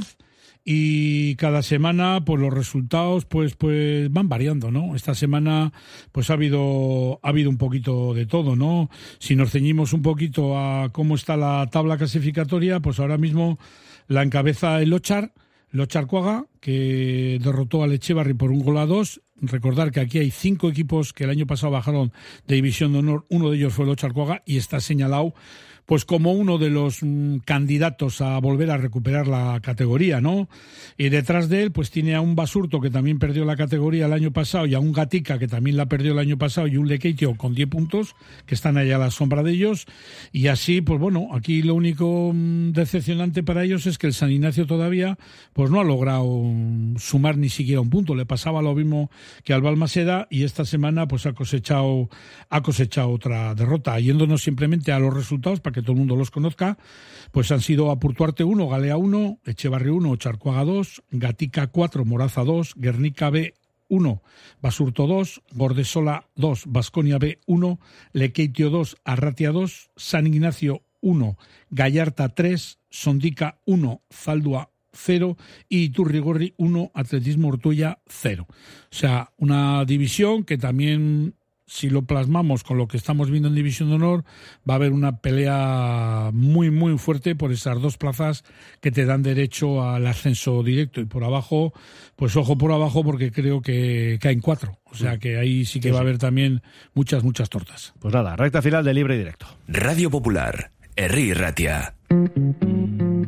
D: y cada semana pues los resultados pues pues van variando, ¿no? Esta semana pues ha habido ha habido un poquito de todo, ¿no? Si nos ceñimos un poquito a cómo está la tabla clasificatoria, pues ahora mismo la encabeza el Ochar, el Ocharcoaga, que derrotó al Echevarri por un gol a dos. Recordar que aquí hay cinco equipos que el año pasado bajaron de División de Honor, uno de ellos fue el Ocharcoaga y está señalado pues como uno de los mmm, candidatos a volver a recuperar la categoría, ¿no? Y detrás de él pues tiene a un Basurto que también perdió la categoría el año pasado y a un Gatica que también la perdió el año pasado y un Lekeitio con diez puntos que están allá a la sombra de ellos. Y así pues bueno, aquí lo único mmm, decepcionante para ellos es que el San Ignacio todavía pues no ha logrado mmm, sumar ni siquiera un punto. Le pasaba lo mismo que al Balmaseda y esta semana pues ha cosechado ha cosechado otra derrota. Yéndonos simplemente a los resultados para que todo el mundo los conozca, pues han sido Apurtuarte uno, Galea uno, Echevarri uno, Charcoaga dos, Gatica cuatro, Moraza dos, Guernica B uno, Basurto dos, Gordesola dos, Baskonia B uno, Lekeitio dos, Arratia dos, San Ignacio uno, Gallarta tres, Sondica uno, Zaldua cero y Iturrigorri uno, Atletismo Ortuella cero. O sea, una división que también, si lo plasmamos con lo que estamos viendo en División de Honor, va a haber una pelea muy, muy fuerte por esas dos plazas que te dan derecho al ascenso directo. Y por abajo, pues ojo por abajo, porque creo que caen cuatro. O sea que ahí sí que sí, va a haber también muchas, muchas tortas.
C: Pues nada, recta final de Libre y Directo.
A: Radio Popular, Herri Ratia.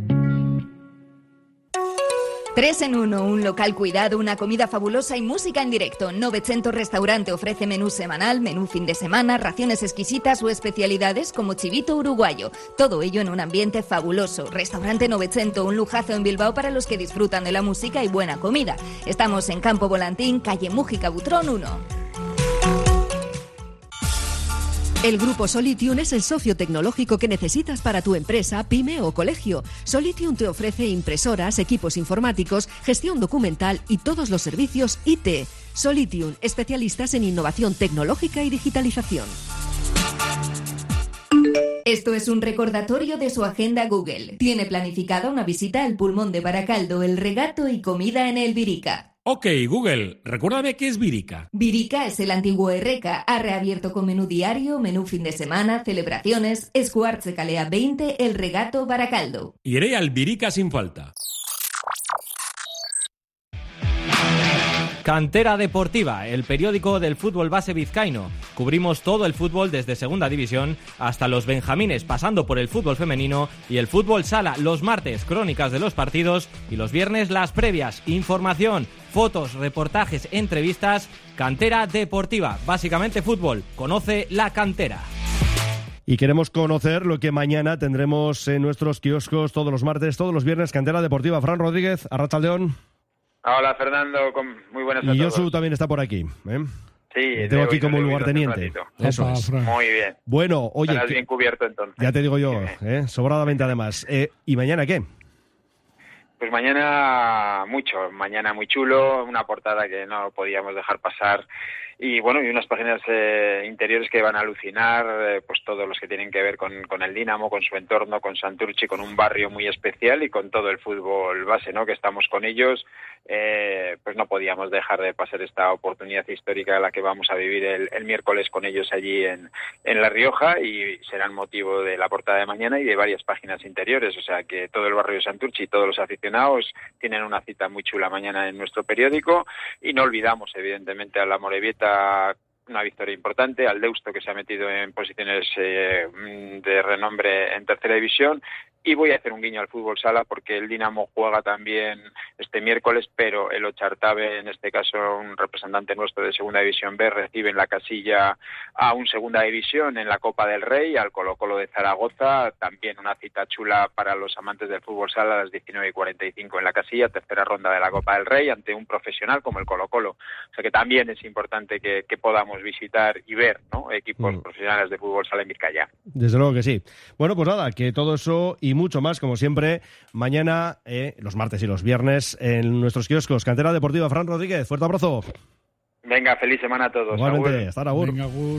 G: Tres en uno, un local cuidado, una comida fabulosa y música en directo. Novecento Restaurante ofrece menú semanal, menú fin de semana, raciones exquisitas o especialidades como chivito uruguayo. Todo ello en un ambiente fabuloso. Restaurante Novecento, un lujazo en Bilbao para los que disfrutan de la música y buena comida. Estamos en Campo Volantín, calle Mújica Butrón uno.
Q: El Grupo Solitium es el socio tecnológico que necesitas para tu empresa, pyme o colegio. Solitium te ofrece impresoras, equipos informáticos, gestión documental y todos los servicios I T. Solitium, especialistas en innovación tecnológica y digitalización.
G: Esto es un recordatorio de su agenda Google. Tiene planificada una visita al Pulmón de Baracaldo, el regato y comida en el Virica.
T: Ok, Google, recuérdame qué es Virica.
G: Virica es el antiguo Erreca. Ha reabierto con menú diario, menú fin de semana, celebraciones. Escuartze Calea veinte, el regato Baracaldo.
T: Iré al Virica sin falta.
O: Cantera Deportiva, el periódico del fútbol base vizcaíno. Cubrimos todo el fútbol desde segunda división hasta los benjamines, pasando por el fútbol femenino y el fútbol sala. Los martes, crónicas de los partidos y los viernes, las previas. Información, fotos, reportajes, entrevistas. Cantera Deportiva, básicamente fútbol. Conoce la cantera.
C: Y queremos conocer lo que mañana tendremos en nuestros kioscos todos los martes, todos los viernes. Cantera Deportiva. Fran Rodríguez, Arratsaldeón.
U: Hola, Fernando, con muy buenas
C: y
U: a todos.
C: Y Josu también está por aquí, ¿eh?
U: Sí.
C: Le tengo aquí como lugarteniente. Eso es.
U: Muy bien.
C: Bueno, oye...
U: Estarás bien cubierto, entonces.
C: Ya te digo yo, ¿eh? Sobradamente además. Eh, ¿Y mañana qué?
U: Pues mañana mucho, mañana muy chulo, una portada que no podíamos dejar pasar y bueno, y unas páginas eh, interiores que van a alucinar, eh, pues todos los que tienen que ver con, con el Dinamo, con su entorno, con Santurchi, con un barrio muy especial y con todo el fútbol base, ¿no? Que estamos con ellos, eh, pues no podíamos dejar de pasar esta oportunidad histórica a la que vamos a vivir el, el miércoles con ellos allí en, en La Rioja y serán motivo de la portada de mañana y de varias páginas interiores, o sea que todo el barrio de Santurchi y todos los aficionados tienen una cita muy chula mañana en nuestro periódico y no olvidamos evidentemente a la Morevieta, una victoria importante, al Deusto que se ha metido en posiciones eh, de renombre en tercera división y voy a hacer un guiño al fútbol sala porque el Dinamo juega también este miércoles, pero el Ochartabe, en este caso un representante nuestro de segunda división B, recibe en la casilla a un segunda división en la Copa del Rey, al Colo-Colo de Zaragoza, también una cita chula para los amantes del fútbol sala a las diecinueve y cuarenta y cinco en la casilla, tercera ronda de la Copa del Rey ante un profesional como el Colo-Colo, o sea que también es importante que, que podamos visitar y ver, ¿no? Equipos mm. profesionales de fútbol sala en Vizcaya.
C: Desde luego que sí. Bueno, pues nada, que todo eso y mucho más, como siempre, mañana, eh, los martes y los viernes, en nuestros kioscos. Cantera Deportiva. Fran Rodríguez, fuerte abrazo.
U: Venga, feliz semana a todos.
C: Igualmente, hasta ahora, agur.
D: Venga, agur.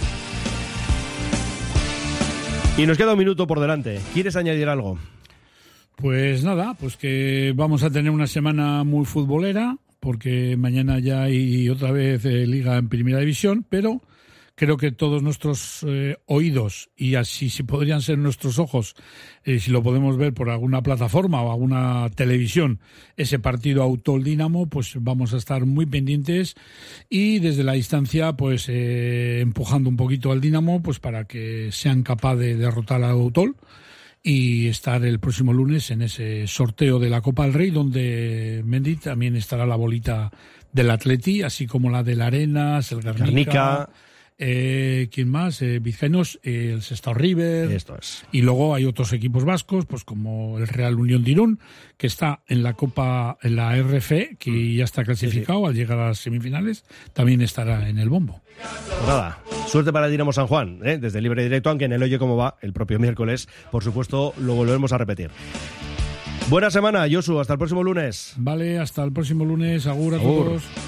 C: Y nos queda un minuto por delante. ¿Quieres añadir algo?
D: Pues nada, pues que vamos a tener una semana muy futbolera, porque mañana ya hay otra vez eh, Liga en Primera División, pero creo que todos nuestros eh, oídos, y así si podrían ser nuestros ojos, eh, si lo podemos ver por alguna plataforma o alguna televisión, ese partido Autol-Dinamo, pues vamos a estar muy pendientes y desde la distancia pues eh, empujando un poquito al Dinamo pues para que sean capaces de derrotar al Autol y estar el próximo lunes en ese sorteo de la Copa del Rey, donde, Mendy, también estará la bolita del Atleti, así como la del Arenas, el Guernica...
C: Guernica.
D: Eh, ¿Quién más? Eh, Vizcaínos, eh, el Sestao River.
C: Esto es.
D: Y luego hay otros equipos vascos, pues como el Real Unión de Irún, que está en la Copa, en la R F, que ya está clasificado, sí, sí. Al llegar a las semifinales, también estará en el bombo.
C: Pues nada, suerte para el Dinamo San Juan, ¿eh? Desde Libre Directo, aunque en el Oye Cómo Va, el propio miércoles, por supuesto, lo volveremos a repetir. Buena semana, Josu, hasta el próximo lunes.
D: Vale, hasta el próximo lunes, agur a
C: Agur.
D: todos.